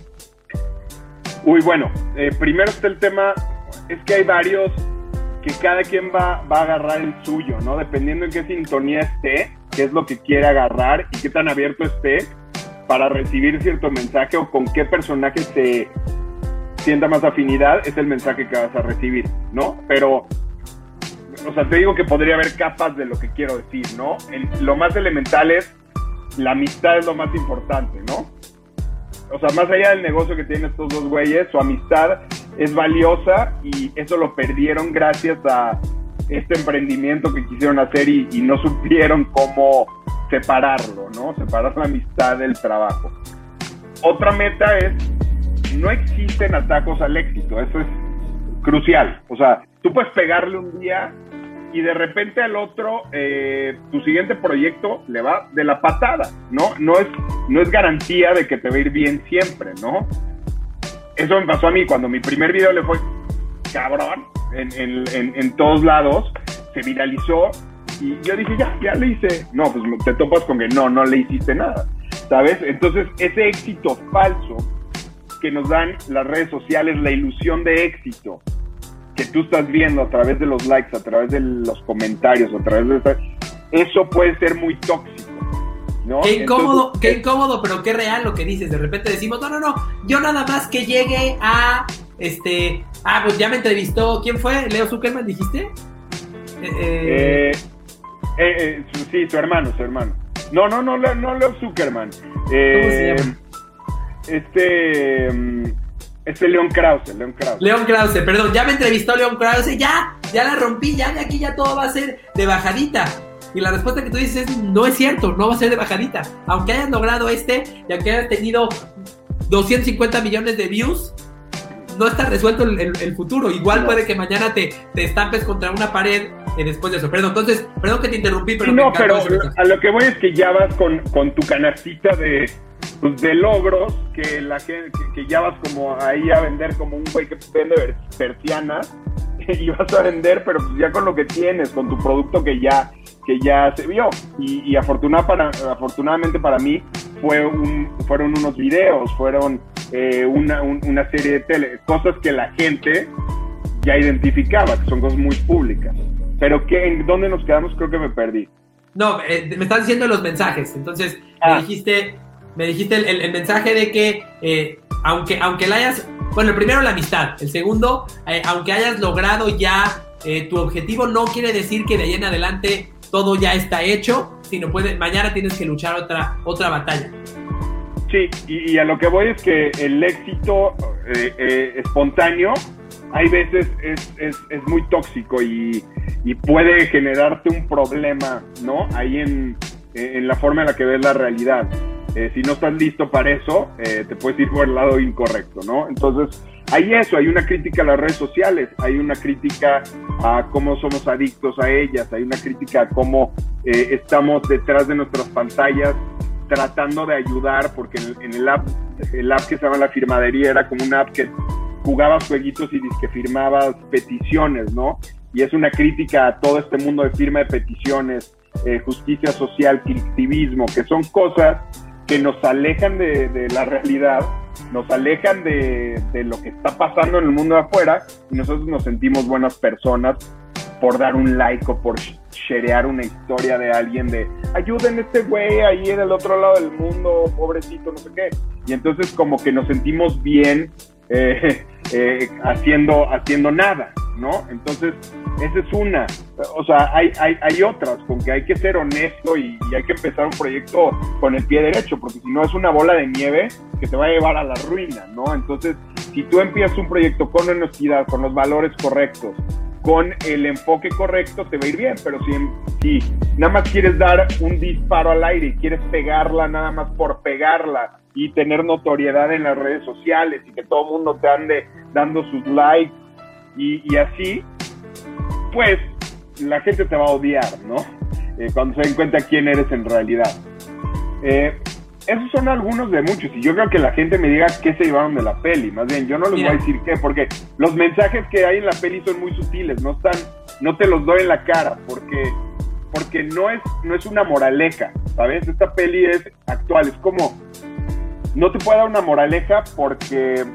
Uy, bueno, eh, primero está el tema, es que hay varios que cada quien va, va a agarrar el suyo, ¿no? Dependiendo en qué sintonía esté, qué es lo que quiere agarrar y qué tan abierto esté para recibir cierto mensaje o con qué personaje se sienta más afinidad, es el mensaje que vas a recibir, ¿no? Pero, o sea, te digo que podría haber capas de lo que quiero decir, ¿no? El, lo más elemental es, la amistad es lo más importante, ¿no? O sea, más allá del negocio que tienen estos dos güeyes, su amistad es valiosa y eso lo perdieron gracias a este emprendimiento que quisieron hacer y, y no supieron cómo separarlo, ¿no? Separar la amistad del trabajo. Otra meta es, no existen atajos al éxito, eso es crucial. O sea, tú puedes pegarle un día y de repente al otro, eh, tu siguiente proyecto le va de la patada, ¿no? No es, no es garantía de que te va a ir bien siempre, ¿no? Eso me pasó a mí cuando mi primer video le fue cabrón en, en, en, en todos lados, se viralizó y yo dije, ya, ya le hice. No, pues te topas con que no, no le hiciste nada, ¿sabes? Entonces, ese éxito falso que nos dan las redes sociales, la ilusión de éxito que tú estás viendo a través de los likes, a través de los comentarios, a través de esta, eso puede ser muy tóxico, ¿no? Qué incómodo, Entonces, qué incómodo, pero qué real lo que dices. De repente decimos, no, no, no, yo nada más que llegue a, este, ah, pues ya me entrevistó, ¿quién fue? ¿Leo Zuckerman, dijiste? Eh, eh, eh, eh, su, sí, su hermano, su hermano. No, no, no, no, no Leo Zuckerman. Eh, ¿Cómo se llama? Este, este León Krause, León Krause. León Krause, perdón, ya me entrevistó León Krause, ya, ya la rompí, ya de aquí ya todo va a ser de bajadita. Y la respuesta que tú dices es, no es cierto, no va a ser de bajadita. Aunque hayas logrado este, y aunque hayas tenido doscientos cincuenta millones de views, no está resuelto el, el, el futuro. Igual no. Puede que mañana te, te estampes contra una pared eh, después de eso. Perdón, entonces, perdón que te interrumpí, pero... Sí, no, pero a lo que voy es que ya vas con, con tu canastita de... Pues de logros, que la gente, que, que ya vas como ahí a vender como un güey que vende persianas y vas a vender, pero pues ya con lo que tienes, con tu producto que ya, que ya se vio. Y, y afortunada para, afortunadamente para mí fue un, fueron unos videos, fueron eh, una, un, una serie de tele, cosas que la gente ya identificaba, que son cosas muy públicas. Pero que, ¿en dónde nos quedamos? Creo que me perdí. No, eh, me estás diciendo los mensajes, entonces ah. me dijiste... Me dijiste el, el, el mensaje de que, eh, aunque, aunque la hayas... Bueno, el primero la amistad. El segundo, eh, aunque hayas logrado ya eh, tu objetivo, no quiere decir que de ahí en adelante todo ya está hecho, sino puede, mañana tienes que luchar otra, otra batalla. Sí, y, y a lo que voy es que el éxito eh, eh, espontáneo hay veces es, es, es muy tóxico y, y puede generarte un problema, ¿no? Ahí en, en la forma en la que ves la realidad. Eh, si no estás listo para eso, eh, te puedes ir por el lado incorrecto, ¿no? Entonces, hay eso, hay una crítica a las redes sociales, hay una crítica a cómo somos adictos a ellas, hay una crítica a cómo eh, estamos detrás de nuestras pantallas tratando de ayudar, porque en, en el app, el app que se llama La Firmadería era como una app que jugabas jueguitos y que firmabas peticiones, ¿no? Y es una crítica a todo este mundo de firma de peticiones, eh, justicia social, activismo, que son cosas que nos alejan de, de la realidad, nos alejan de, de lo que está pasando en el mundo de afuera, y nosotros nos sentimos buenas personas por dar un like o por sharear una historia de alguien de ayuden a este güey ahí en el otro lado del mundo, pobrecito, no sé qué. Y entonces como que nos sentimos bien eh, eh, haciendo, haciendo nada, ¿no? Entonces, esa es una. O sea, hay, hay, hay otras, con que hay que ser honesto y, y hay que empezar un proyecto con el pie derecho, porque si no es una bola de nieve que te va a llevar a la ruina, ¿no? Entonces, si tú empiezas un proyecto con honestidad, con los valores correctos, con el enfoque correcto, te va a ir bien. Pero si, si nada más quieres dar un disparo al aire y quieres pegarla nada más por pegarla y tener notoriedad en las redes sociales y que todo el mundo te ande dando sus likes y, y así, pues la gente te va a odiar, ¿no? Eh, cuando se den cuenta quién eres en realidad. Eh, esos son algunos de muchos, y yo creo que la gente me diga qué se llevaron de la peli. Más bien, yo no les Mira. voy a decir qué, porque los mensajes que hay en la peli son muy sutiles, no están, no te los doy en la cara, porque, porque no es, no es una moraleja, ¿sabes? Esta peli es actual, es como, no te puedo dar una moraleja porque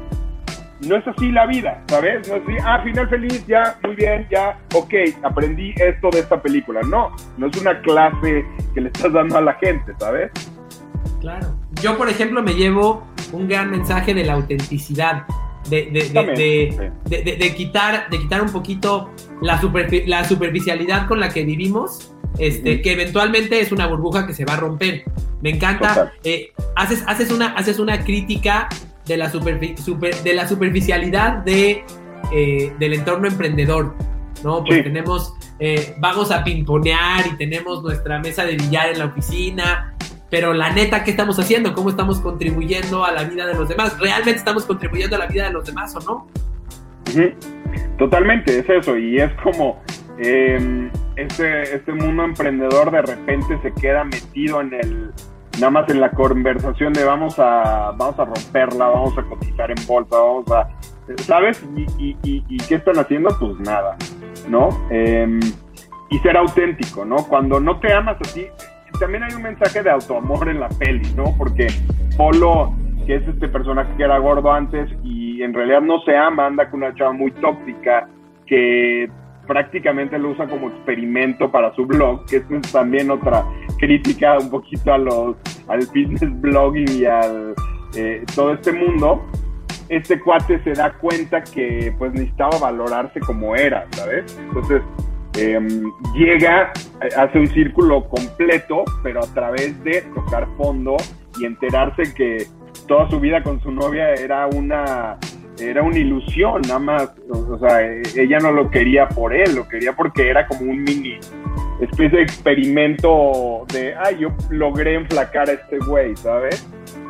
no es así la vida, ¿sabes? No es así, ah, final feliz, ya, muy bien, ya, ok, aprendí esto de esta película. No, no es una clase que le estás dando a la gente, ¿sabes? Claro. Yo, por ejemplo, me llevo un gran mensaje de la autenticidad, de, de, de, de, de, de, de quitar, de quitar un poquito la, superfi- la superficialidad con la que vivimos, este, uh-huh. que eventualmente es una burbuja que se va a romper. Me encanta. Eh, haces, haces una, haces una crítica de la superfi- super, de la superficialidad de eh, del entorno emprendedor, ¿no? Pues sí. tenemos, eh, vamos a pimponear y tenemos nuestra mesa de billar en la oficina. Pero la neta, ¿qué estamos haciendo? ¿Cómo estamos contribuyendo a la vida de los demás? ¿Realmente estamos contribuyendo a la vida de los demás o no? Uh-huh. Totalmente, es eso. Y es como eh, este, este mundo emprendedor de repente se queda metido en el, nada más en la conversación de vamos a, vamos a romperla, vamos a cotizar en bolsa, vamos a, ¿sabes? Y, y, y, y ¿qué están haciendo? Pues nada, ¿no? Eh, y ser auténtico, ¿no? Cuando no te amas a ti. También hay un mensaje de autoamor en la peli, ¿no? Porque Polo, que es este personaje que era gordo antes y en realidad no se ama, anda con una chava muy tóxica que prácticamente lo usa como experimento para su blog, que es también otra crítica un poquito a los, al business blogging y al eh, todo este mundo. Este cuate se da cuenta que pues necesitaba valorarse como era, ¿sabes? Entonces Eh, llega, hace un círculo completo, pero a través de tocar fondo y enterarse que toda su vida con su novia era una era una ilusión, nada más. O sea, ella no lo quería por él, lo quería porque era como un mini especie de experimento de, ay, yo logré enflacar a este güey, ¿sabes?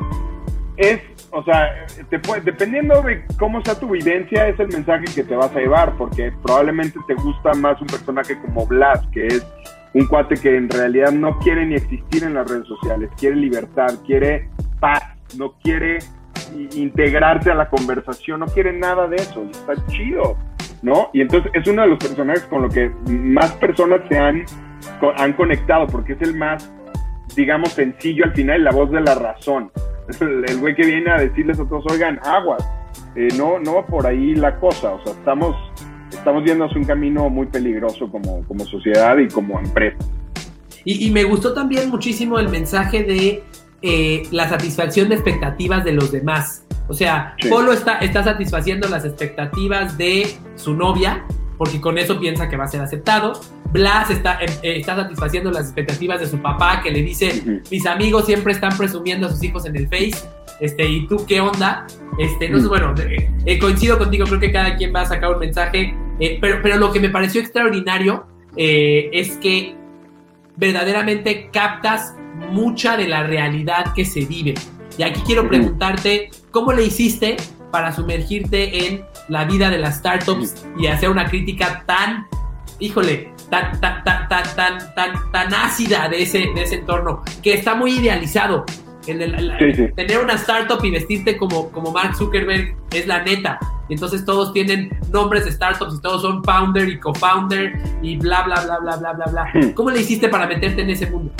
Es, o sea, te puede, dependiendo de cómo sea tu vivencia, es el mensaje que te vas a llevar, porque probablemente te gusta más un personaje como Blas, que es un cuate que en realidad no quiere ni existir en las redes sociales, quiere libertad, quiere paz, no quiere integrarse a la conversación, no quiere nada de eso, y está chido, ¿no? Y entonces es uno de los personajes con los que más personas se han, han conectado, porque es el más, digamos, sencillo al final, la voz de la razón. El güey que viene a decirles a todos, oigan, aguas, eh, no, no va por ahí la cosa, o sea, estamos, estamos yendo hacia un camino muy peligroso como, como sociedad y como empresa. Y, y me gustó también muchísimo el mensaje de eh, la satisfacción de expectativas de los demás. O sea, sí. Polo está, está satisfaciendo las expectativas de su novia, porque con eso piensa que va a ser aceptado. Blas está, eh, está satisfaciendo las expectativas de su papá, que le dice, uh-huh. mis amigos siempre están presumiendo a sus hijos en el Face, este, ¿y tú qué onda? Este, entonces, uh-huh. bueno, eh, eh, coincido contigo, creo que cada quien va a sacar un mensaje, eh, pero, pero lo que me pareció extraordinario eh, es que verdaderamente captas mucha de la realidad que se vive. Y aquí quiero uh-huh. preguntarte, ¿cómo le hiciste para sumergirte en la vida de las startups y hacer una crítica tan, híjole, tan, tan, tan, tan, tan, tan, tan ácida de ese, de ese entorno, que está muy idealizado? El, el, el, sí, sí. Tener una startup y vestirte como, como Mark Zuckerberg es la neta. Y entonces todos tienen nombres de startups y todos son founder y co-founder y bla, bla, bla, bla, bla, bla, bla. ¿Cómo le hiciste para meterte en ese mundo?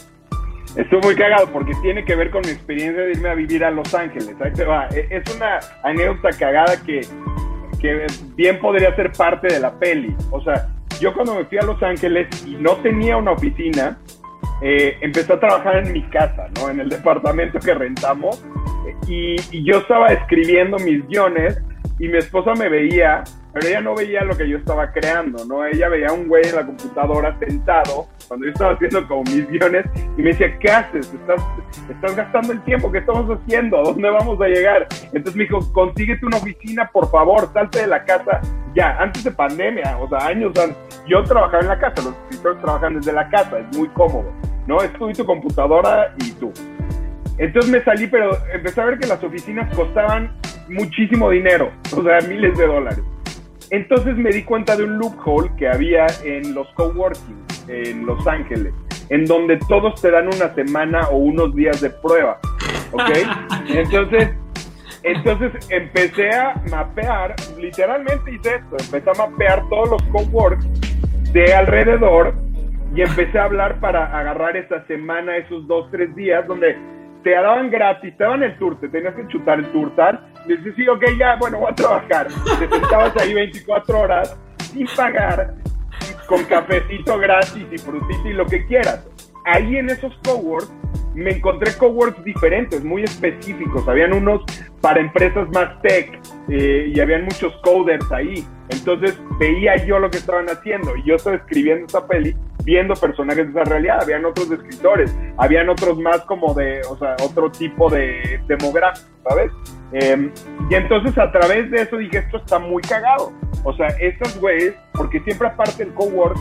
Estoy muy cagado porque tiene que ver con mi experiencia de irme a vivir a Los Ángeles. Ahí te va. Es una anécdota cagada que, que bien podría ser parte de la peli. O sea, yo cuando me fui a Los Ángeles y no tenía una oficina, eh, empecé a trabajar en mi casa, ¿no? En el departamento que rentamos. Y, y yo estaba escribiendo mis guiones y mi esposa me veía, pero ella no veía lo que yo estaba creando, ¿no? Ella veía a un güey en la computadora sentado cuando yo estaba haciendo como mis guiones y me decía, ¿qué haces? Estás, estás gastando el tiempo, ¿qué estamos haciendo? ¿A dónde vamos a llegar? Entonces me dijo, consíguete una oficina, por favor, salte de la casa ya, antes de pandemia, o sea, años antes. Yo trabajaba en la casa, los escritores trabajan desde la casa, es muy cómodo, ¿no? Es tú y tu computadora y tú. Entonces me salí, pero empecé a ver que las oficinas costaban muchísimo dinero, o sea, miles de dólares. Entonces me di cuenta de un loophole que había en los coworking en Los Ángeles, en donde todos te dan una semana o unos días de prueba, ¿ok? Entonces, entonces empecé a mapear, literalmente hice esto, empecé a mapear todos los coworks de alrededor y empecé a hablar para agarrar esa semana, esos dos, tres días, donde te daban gratis, te daban el tour, te tenías que chutar el tour, tal, y dices, sí, ok, ya, bueno, voy a trabajar. Te sentabas ahí veinticuatro horas, sin pagar, con cafecito gratis y frutita y lo que quieras. Ahí en esos coworks, me encontré coworks diferentes, muy específicos. Habían unos para empresas más tech, eh, y habían muchos coders ahí. Entonces, veía yo lo que estaban haciendo, y yo estaba escribiendo esta peli, viendo personajes de esa realidad. Habían otros escritores, habían otros más como de, o sea, otro tipo de demográfico, ¿sabes? Eh, y entonces a través de eso dije, esto está muy cagado. O sea, estos güeyes, porque siempre aparte del cowork,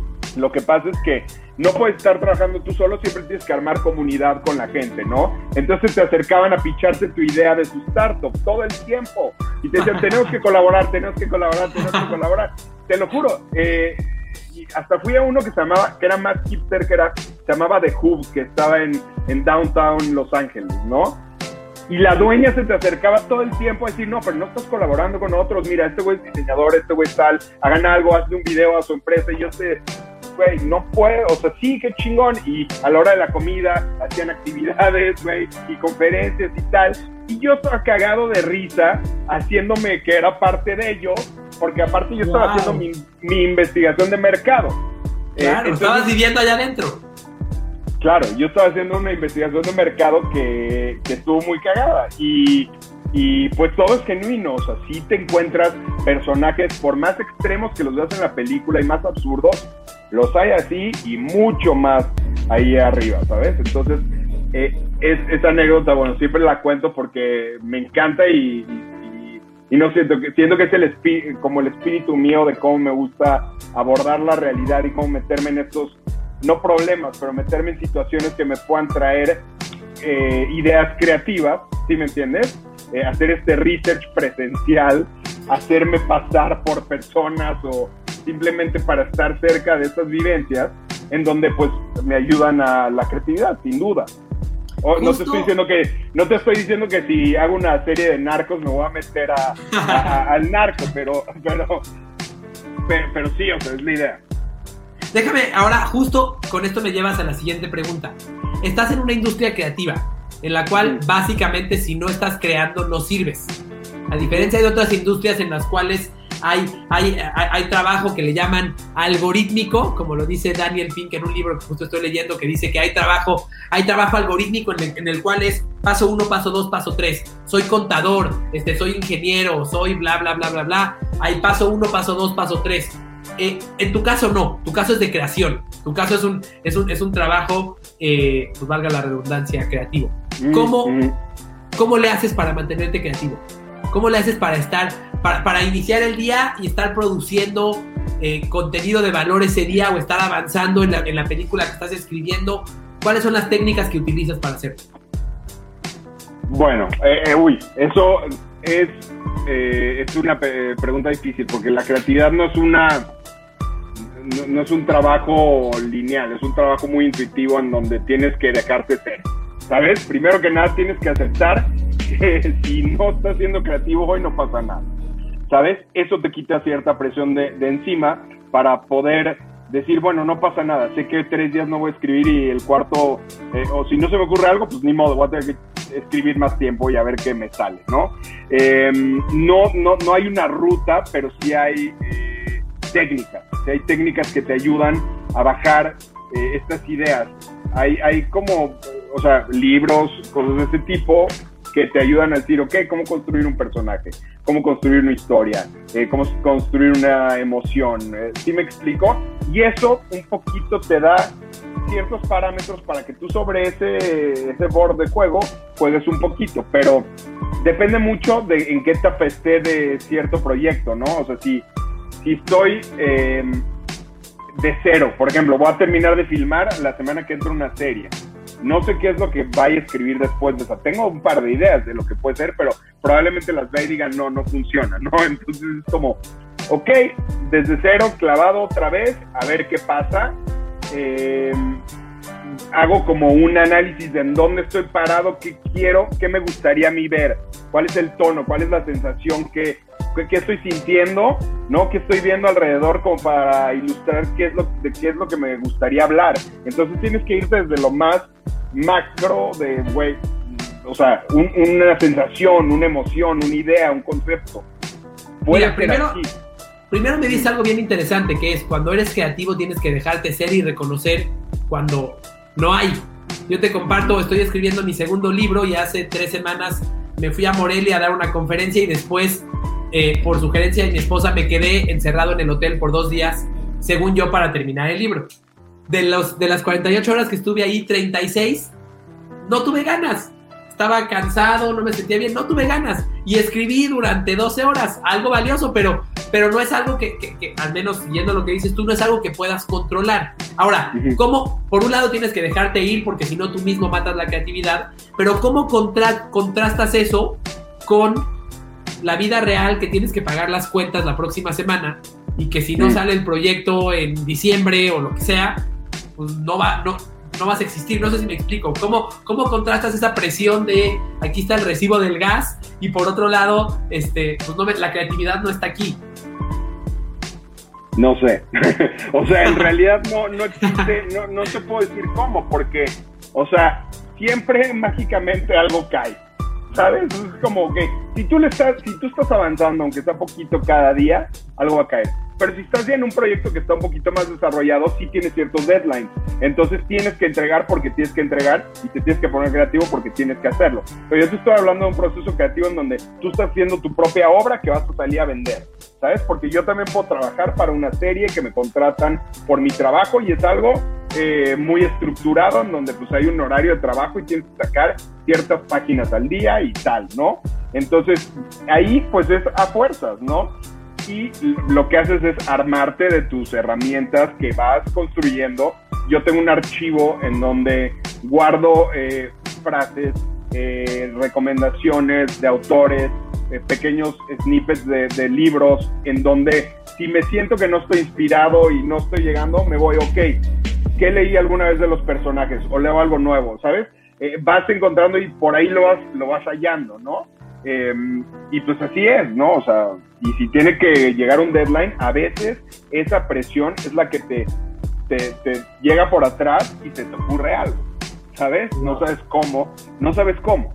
lo que pasa es que no puedes estar trabajando tú solo, siempre tienes que armar comunidad con la gente, ¿no? Entonces te acercaban a picharte tu idea de tu startup todo el tiempo y te decían, tenemos que colaborar, tenemos que colaborar, tenemos que colaborar. Te lo juro, eh, y hasta fui a uno que se llamaba, que era más hipster, que era, se llamaba The Hub, que estaba en, en Downtown Los Ángeles, ¿no? Y la dueña se te acercaba todo el tiempo a decir, no, pero no estás colaborando con otros, mira, este güey es diseñador, este güey es tal, hagan algo, hazle un video a su empresa, y yo sé, güey, no puedo, o sea, sí, qué chingón, y a la hora de la comida hacían actividades, güey, y conferencias y tal, y yo estaba cagado de risa, haciéndome que era parte de ello, porque aparte yo estaba wow. haciendo mi, mi investigación de mercado. Claro, eh, entonces, estabas viviendo allá adentro. Claro, yo estaba haciendo una investigación de mercado que, que estuvo muy cagada y, y pues todo es genuino, o sea, sí te encuentras personajes por más extremos que los veas en la película y más absurdos, los hay así y mucho más ahí arriba, ¿sabes? Entonces, eh, es, esa anécdota, bueno, siempre la cuento porque me encanta y, y, y no siento que, siento que es el espíritu, como el espíritu mío de cómo me gusta abordar la realidad y cómo meterme en estos no problemas, pero meterme en situaciones que me puedan traer eh, ideas creativas, ¿sí me entiendes? Eh, hacer este research presencial, hacerme pasar por personas o simplemente para estar cerca de estas vivencias, en donde pues me ayudan a la creatividad, sin duda. O, no te estoy diciendo que, no te estoy diciendo que si hago una serie de narcos me voy a meter a, a, a, al narco, pero, pero, pero, pero sí, o sea, es la idea. Déjame, ahora justo con esto me llevas a la siguiente pregunta. Estás en una industria creativa, en la cual básicamente si no estás creando no sirves. A diferencia de otras industrias en las cuales hay, hay, hay, hay trabajo que le llaman algorítmico, como lo dice Daniel Pink en un libro que justo estoy leyendo, que dice que hay trabajo, hay trabajo algorítmico en el, en el cual es paso uno, paso dos, paso tres. Soy contador, este, soy ingeniero, soy bla, bla, bla, bla, bla. Hay paso uno, paso dos, paso tres. Eh, en tu caso no, tu caso es de creación, tu caso es un, es un, es un trabajo, eh, pues valga la redundancia, creativo. ¿Cómo, ¿Cómo le haces para mantenerte creativo? ¿Cómo le haces para estar, para, para iniciar el día y estar produciendo eh, contenido de valor ese día o estar avanzando en la, en la película que estás escribiendo? ¿Cuáles son las técnicas que utilizas para hacerlo? Bueno, eh, eh, uy, eso es, eh, es una pe- pregunta difícil porque la creatividad no es una... No, no es un trabajo lineal, es un trabajo muy intuitivo en donde tienes que dejarte ser, ¿sabes? Primero que nada tienes que aceptar que si no estás siendo creativo hoy no pasa nada, ¿sabes? Eso te quita cierta presión de, de encima para poder decir, bueno, no pasa nada, sé que tres días no voy a escribir y el cuarto, eh, o si no se me ocurre algo, pues ni modo, voy a tener que escribir más tiempo y a ver qué me sale, ¿no? Eh, no, no, no hay una ruta, pero sí hay... Eh, técnicas, hay técnicas que te ayudan a bajar eh, estas ideas. Hay, hay como, o sea, libros, cosas de este tipo que te ayudan a decir, ok, ¿cómo construir un personaje? cómo construir una historia, eh, cómo construir una emoción. Eh, ¿Sí me explico? Y eso un poquito te da ciertos parámetros para que tú sobre ese, ese board de juego juegues un poquito, pero depende mucho de en qué etapa esté de cierto proyecto, ¿no? O sea, si, si estoy eh, de cero, por ejemplo, voy a terminar de filmar la semana que entra una serie. No sé qué es lo que vaya a escribir después de eso. Tengo un par de ideas de lo que puede ser, pero probablemente las vea y digan, no, no funciona, ¿no? Entonces es como, ok, desde cero, clavado otra vez, a ver qué pasa. Eh, hago como un análisis de en dónde estoy parado, qué quiero, qué me gustaría a mí ver, cuál es el tono, cuál es la sensación que, que, que estoy sintiendo, ¿no? Qué estoy viendo alrededor como para ilustrar qué es lo, de qué es lo que me gustaría hablar. Entonces tienes que ir desde lo más macro de, güey, o sea, un, una sensación, una emoción, una idea, un concepto. Puede Mira, ser primero... así. Primero me dice algo bien interesante, que es cuando eres creativo tienes que dejarte ser y reconocer cuando no hay. Yo te comparto, estoy escribiendo mi segundo libro y hace tres semanas me fui a Morelia a dar una conferencia y después, eh, por sugerencia de mi esposa, me quedé encerrado en el hotel por dos días, según yo, para terminar el libro. De, los, de las cuarenta y ocho horas que estuve ahí, treinta y seis, no tuve ganas. Estaba cansado, no me sentía bien, no tuve ganas. Y escribí durante doce horas, algo valioso, pero, pero no es algo que, que, que, al menos siguiendo lo que dices tú, no es algo que puedas controlar. Ahora, ¿cómo? Por un lado tienes que dejarte ir, porque si no tú mismo matas la creatividad, pero ¿cómo contra, contrastas eso con la vida real, que tienes que pagar las cuentas la próxima semana y que si no sale el proyecto en diciembre o lo que sea, pues no va... no no vas a existir? No sé si me explico. ¿Cómo, cómo contrastas esa presión de aquí está el recibo del gas y por otro lado, este, pues no me, la creatividad no está aquí? No sé. O sea, en realidad no, no existe, no, no te puedo decir cómo, porque, o sea, siempre mágicamente algo cae, ¿sabes? Es como que si tú le estás, si tú estás avanzando, aunque sea poquito cada día, algo va a caer. Pero si estás ya en un proyecto que está un poquito más desarrollado, sí tienes ciertos deadlines. Entonces tienes que entregar porque tienes que entregar y te tienes que poner creativo porque tienes que hacerlo. Pero yo te estoy hablando de un proceso creativo en donde tú estás haciendo tu propia obra que vas a salir a vender, ¿sabes? Porque yo también puedo trabajar para una serie que me contratan por mi trabajo y es algo eh, muy estructurado en donde pues hay un horario de trabajo y tienes que sacar ciertas páginas al día y tal, ¿no? Entonces ahí pues es a fuerzas, ¿no? Y lo que haces es armarte de tus herramientas que vas construyendo. Yo tengo un archivo en donde guardo eh, frases, eh, recomendaciones de autores, eh, pequeños snippets de, de libros, en donde si me siento que no estoy inspirado y no estoy llegando, me voy, ok, ¿qué leí alguna vez de los personajes? O leo algo nuevo, ¿sabes? Eh, vas encontrando y por ahí lo vas, lo vas hallando, ¿no? Eh, y pues así es, ¿no? O sea, y si tiene que llegar un deadline, a veces esa presión es la que te, te, te llega por atrás y se te ocurre algo, ¿sabes? No sabes cómo, no sabes cómo.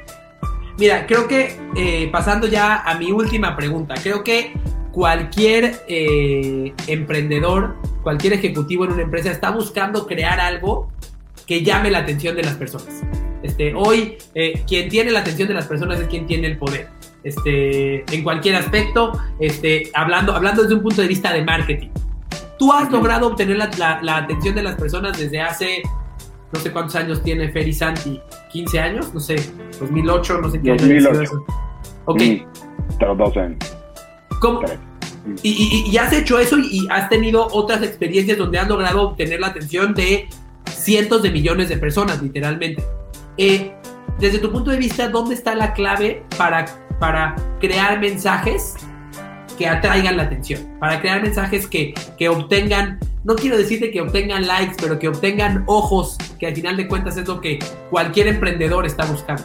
Mira, creo que eh, pasando ya a mi última pregunta, creo que cualquier eh, emprendedor, cualquier ejecutivo en una empresa está buscando crear algo que llame la atención de las personas. Este, hoy, eh, quien tiene la atención de las personas es quien tiene el poder. Este, en cualquier aspecto, este, hablando, hablando desde un punto de vista de marketing. ¿Tú has logrado obtener la, la, la atención de las personas desde hace, no sé cuántos años tiene Fer y Santi? ¿quince años? No sé, dos mil ocho, no sé qué año. dos mil ocho. Ok. Mm, doce años. ¿Cómo? Y, y, y has hecho eso y, y has tenido otras experiencias donde has logrado obtener la atención de cientos de millones de personas, literalmente. Eh, desde tu punto de vista, ¿dónde está la clave para, para crear mensajes que atraigan la atención? Para crear mensajes que, que obtengan, no quiero decirte que obtengan likes, pero que obtengan ojos, que al final de cuentas es lo que cualquier emprendedor está buscando.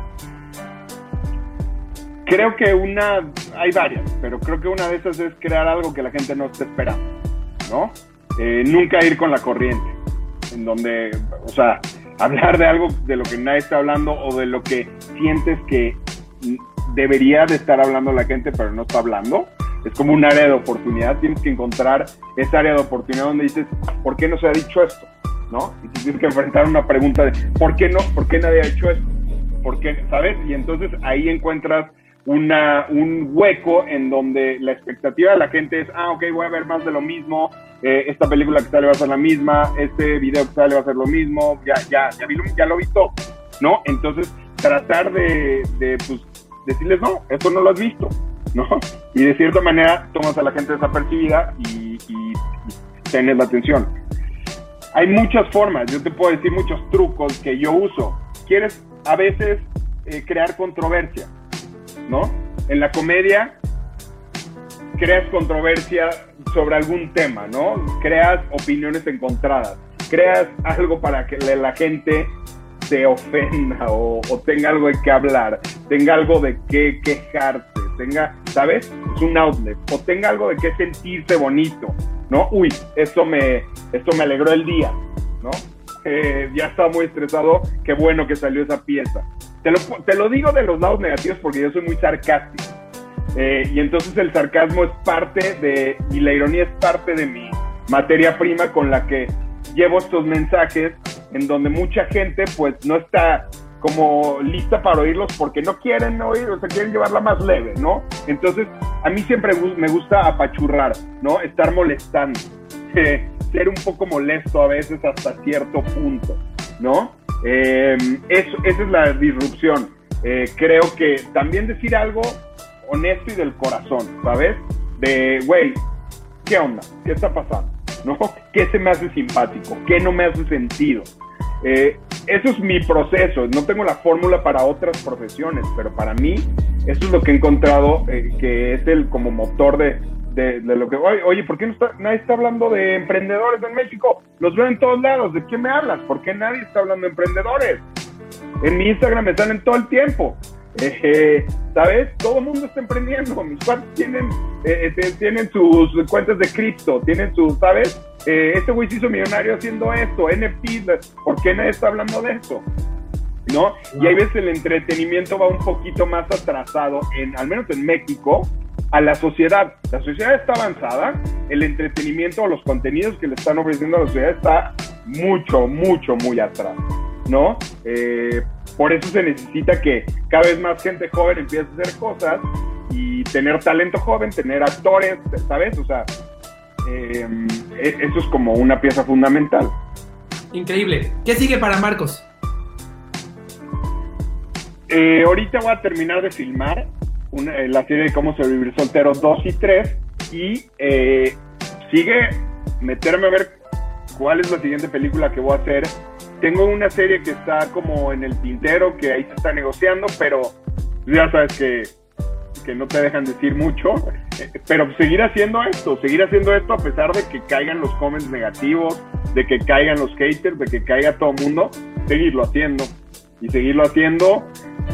Creo que una, hay varias, pero creo que una de esas es crear algo que la gente no esté esperando, ¿no? Eh, nunca ir con la corriente, en donde, o sea, hablar de algo de lo que nadie está hablando o de lo que sientes que debería de estar hablando la gente, pero no está hablando. Es como un área de oportunidad. Tienes que encontrar esa área de oportunidad donde dices, ¿por qué no se ha dicho esto? ¿No? Y tienes que enfrentar una pregunta de, ¿por qué no? ¿Por qué nadie ha hecho esto? ¿Por qué? ¿Sabes? Y entonces ahí encuentras una, un hueco en donde la expectativa de la gente es, ah, ok, voy a ver más de lo mismo, eh, esta película que sale va a ser la misma, este video que sale va a ser lo mismo, ya, ya, ya, vi, ya lo vi todo, ¿no? Entonces, tratar de, de pues, decirles, no, esto no lo has visto, ¿no? Y de cierta manera tomas a la gente desapercibida y, y, y tienes la atención. Hay muchas formas, yo te puedo decir muchos trucos que yo uso. Quieres a veces eh, crear controversia, ¿no? En la comedia creas controversia sobre algún tema, ¿no? Creas opiniones encontradas, creas algo para que la gente se ofenda o, o tenga algo de qué hablar, tenga algo de qué quejarse, tenga, ¿sabes? Es un outlet, o tenga algo de qué sentirse bonito, ¿no? Uy, esto me, esto me alegró el día, ¿no? Eh, ya estaba muy estresado, qué bueno que salió esa pieza. Te lo, te lo digo de los lados negativos porque yo soy muy sarcástico. Eh, y entonces el sarcasmo es parte de, y la ironía es parte de mi materia prima con la que llevo estos mensajes en donde mucha gente pues no está como lista para oírlos porque no quieren oír, o sea, quieren llevarla más leve, ¿no? Entonces, a mí siempre me gusta apachurrar, ¿no? Estar molestando, eh, ser un poco molesto a veces hasta cierto punto, ¿no? Eh, eso, esa es la disrupción. Eh, creo que también decir algo honesto y del corazón, ¿sabes? De, güey, ¿qué onda? ¿Qué está pasando? ¿No? ¿Qué se me hace simpático? ¿Qué no me hace sentido? Eh, eso es mi proceso. No tengo la fórmula para otras profesiones, pero para mí eso es lo que he encontrado, eh, que es el como motor de, de, de lo que... Oye, oye, ¿por qué no está, nadie está hablando de emprendedores en México? Los veo en todos lados. ¿De qué me hablas? ¿Por qué nadie está hablando de emprendedores? En mi Instagram me salen todo el tiempo. Eh, ¿Sabes? Todo el mundo está emprendiendo. Mis cuates tienen, eh, tienen sus cuentas de cripto, tienen sus, ¿sabes? Eh, este güey se hizo millonario haciendo esto, N F Ts, ¿por qué nadie está hablando de eso? ¿No? Y hay veces el entretenimiento va un poquito más atrasado, en, al menos en México, a la sociedad. La sociedad está avanzada, el entretenimiento o los contenidos que le están ofreciendo a la sociedad está mucho, mucho, muy atrás, ¿no? Eh, por eso se necesita que cada vez más gente joven empiece a hacer cosas y tener talento joven, tener actores, ¿sabes? O sea, eh, eso es como una pieza fundamental. Increíble. ¿Qué sigue para Marcos? Eh, ahorita voy a terminar de filmar una, la serie de Cómo sobrevivir soltero dos y tres y eh, sigue meterme a ver cuál es la siguiente película que voy a hacer. Tengo una serie que está como en el tintero, que ahí se está negociando, pero ya sabes que, que no te dejan decir mucho. Pero seguir haciendo esto, seguir haciendo esto a pesar de que caigan los comments negativos, de que caigan los haters, de que caiga todo el mundo, seguirlo haciendo y seguirlo haciendo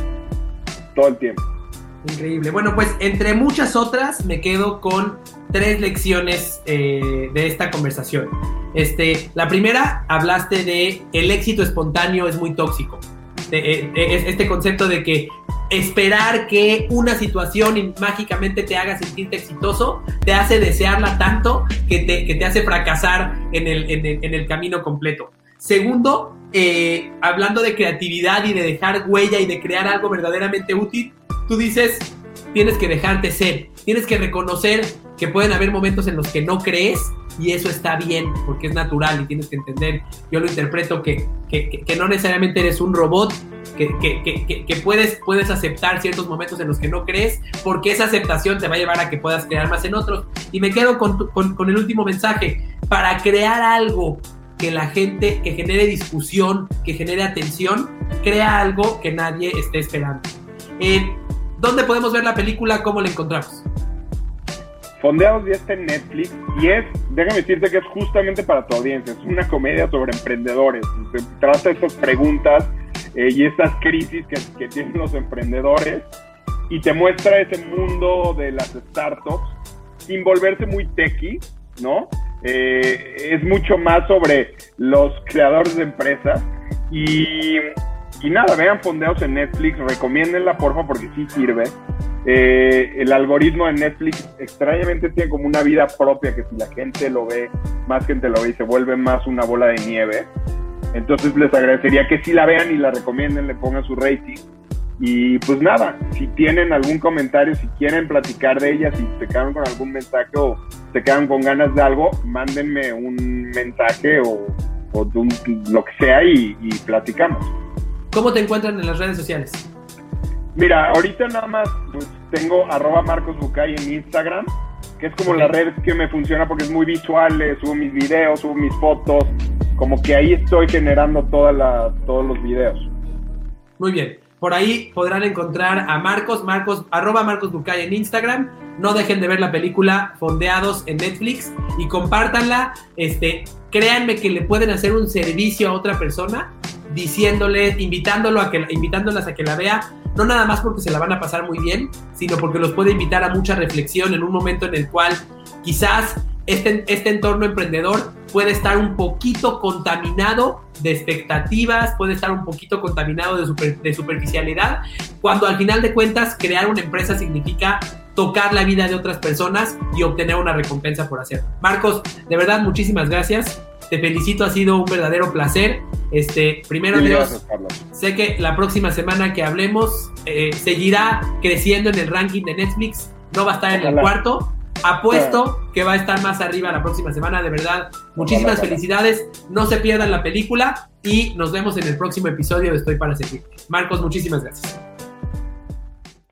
todo el tiempo. Increíble. Bueno, pues entre muchas otras me quedo con tres lecciones eh, de esta conversación. Este, la primera, hablaste de el éxito espontáneo es muy tóxico. Eh, eh, este concepto de que esperar que una situación mágicamente te haga sentirte exitoso te hace desearla tanto que te, que te hace fracasar en el, en el, en el camino completo. Segundo, eh, hablando de creatividad y de dejar huella y de crear algo verdaderamente útil, tú dices, tienes que dejarte ser, tienes que reconocer que pueden haber momentos en los que no crees y eso está bien porque es natural y tienes que entender, yo lo interpreto que, que, que, que no necesariamente eres un robot, que, que, que, que puedes, puedes aceptar ciertos momentos en los que no crees porque esa aceptación te va a llevar a que puedas crear más en otros. Y me quedo con, tu, con, con el último mensaje, para crear algo que la gente, que genere discusión, que genere atención, crea algo que nadie esté esperando. Eh, ¿Dónde podemos ver la película? ¿Cómo la encontramos? Fondeados ya está en Netflix y es, déjame decirte que es justamente para tu audiencia, es una comedia sobre emprendedores, se trata de estas preguntas eh, y estas crisis que, que tienen los emprendedores y te muestra ese mundo de las startups sin volverse muy techy, ¿no? Eh, es mucho más sobre los creadores de empresas y, y nada, vean Fondeados en Netflix, recomiéndenla porfa porque sí sirve. Eh, el algoritmo de Netflix extrañamente tiene como una vida propia que si la gente lo ve, más gente lo ve y se vuelve más una bola de nieve. Entonces les agradecería que sí la vean y la recomienden, le pongan su rating. y pues nada, si tienen algún comentario, si quieren platicar de ella, si se quedaron con algún mensaje o se quedan con ganas de algo, mándenme un mensaje o, o un, lo que sea y, y platicamos. ¿Cómo te encuentran en las redes sociales? Mira, ahorita nada más pues, tengo arroba Marcos Bucay en Instagram, que es como okay. La red que me funciona porque es muy visual, eh, subo mis videos, subo mis fotos, como que ahí estoy generando toda la, todos los videos. Muy bien, por ahí podrán encontrar a Marcos, Marcos, arroba Marcos Bucay en Instagram. No dejen de ver la película Fondeados en Netflix y compártanla. Este, créanme que le pueden hacer un servicio a otra persona diciéndole, invitándolo a que, invitándolas a que la vea, no nada más porque se la van a pasar muy bien, sino porque los puede invitar a mucha reflexión en un momento en el cual quizás este, este entorno emprendedor puede estar un poquito contaminado de expectativas, puede estar un poquito contaminado de, super, de superficialidad, cuando al final de cuentas crear una empresa significa tocar la vida de otras personas y obtener una recompensa por hacerlo. Marcos, de verdad, muchísimas gracias. Te felicito, ha sido un verdadero placer. Este, primero sí, Dios, gracias, Carlos. Sé que la próxima semana que hablemos eh, seguirá creciendo en el ranking de Netflix, no va a estar en Ojalá. el cuarto. Apuesto ah. que va a estar más arriba la próxima semana. De verdad, muchísimas Ojalá. felicidades. No se pierdan la película y nos vemos en el próximo episodio de Estoy para Servirte. Marcos, muchísimas gracias.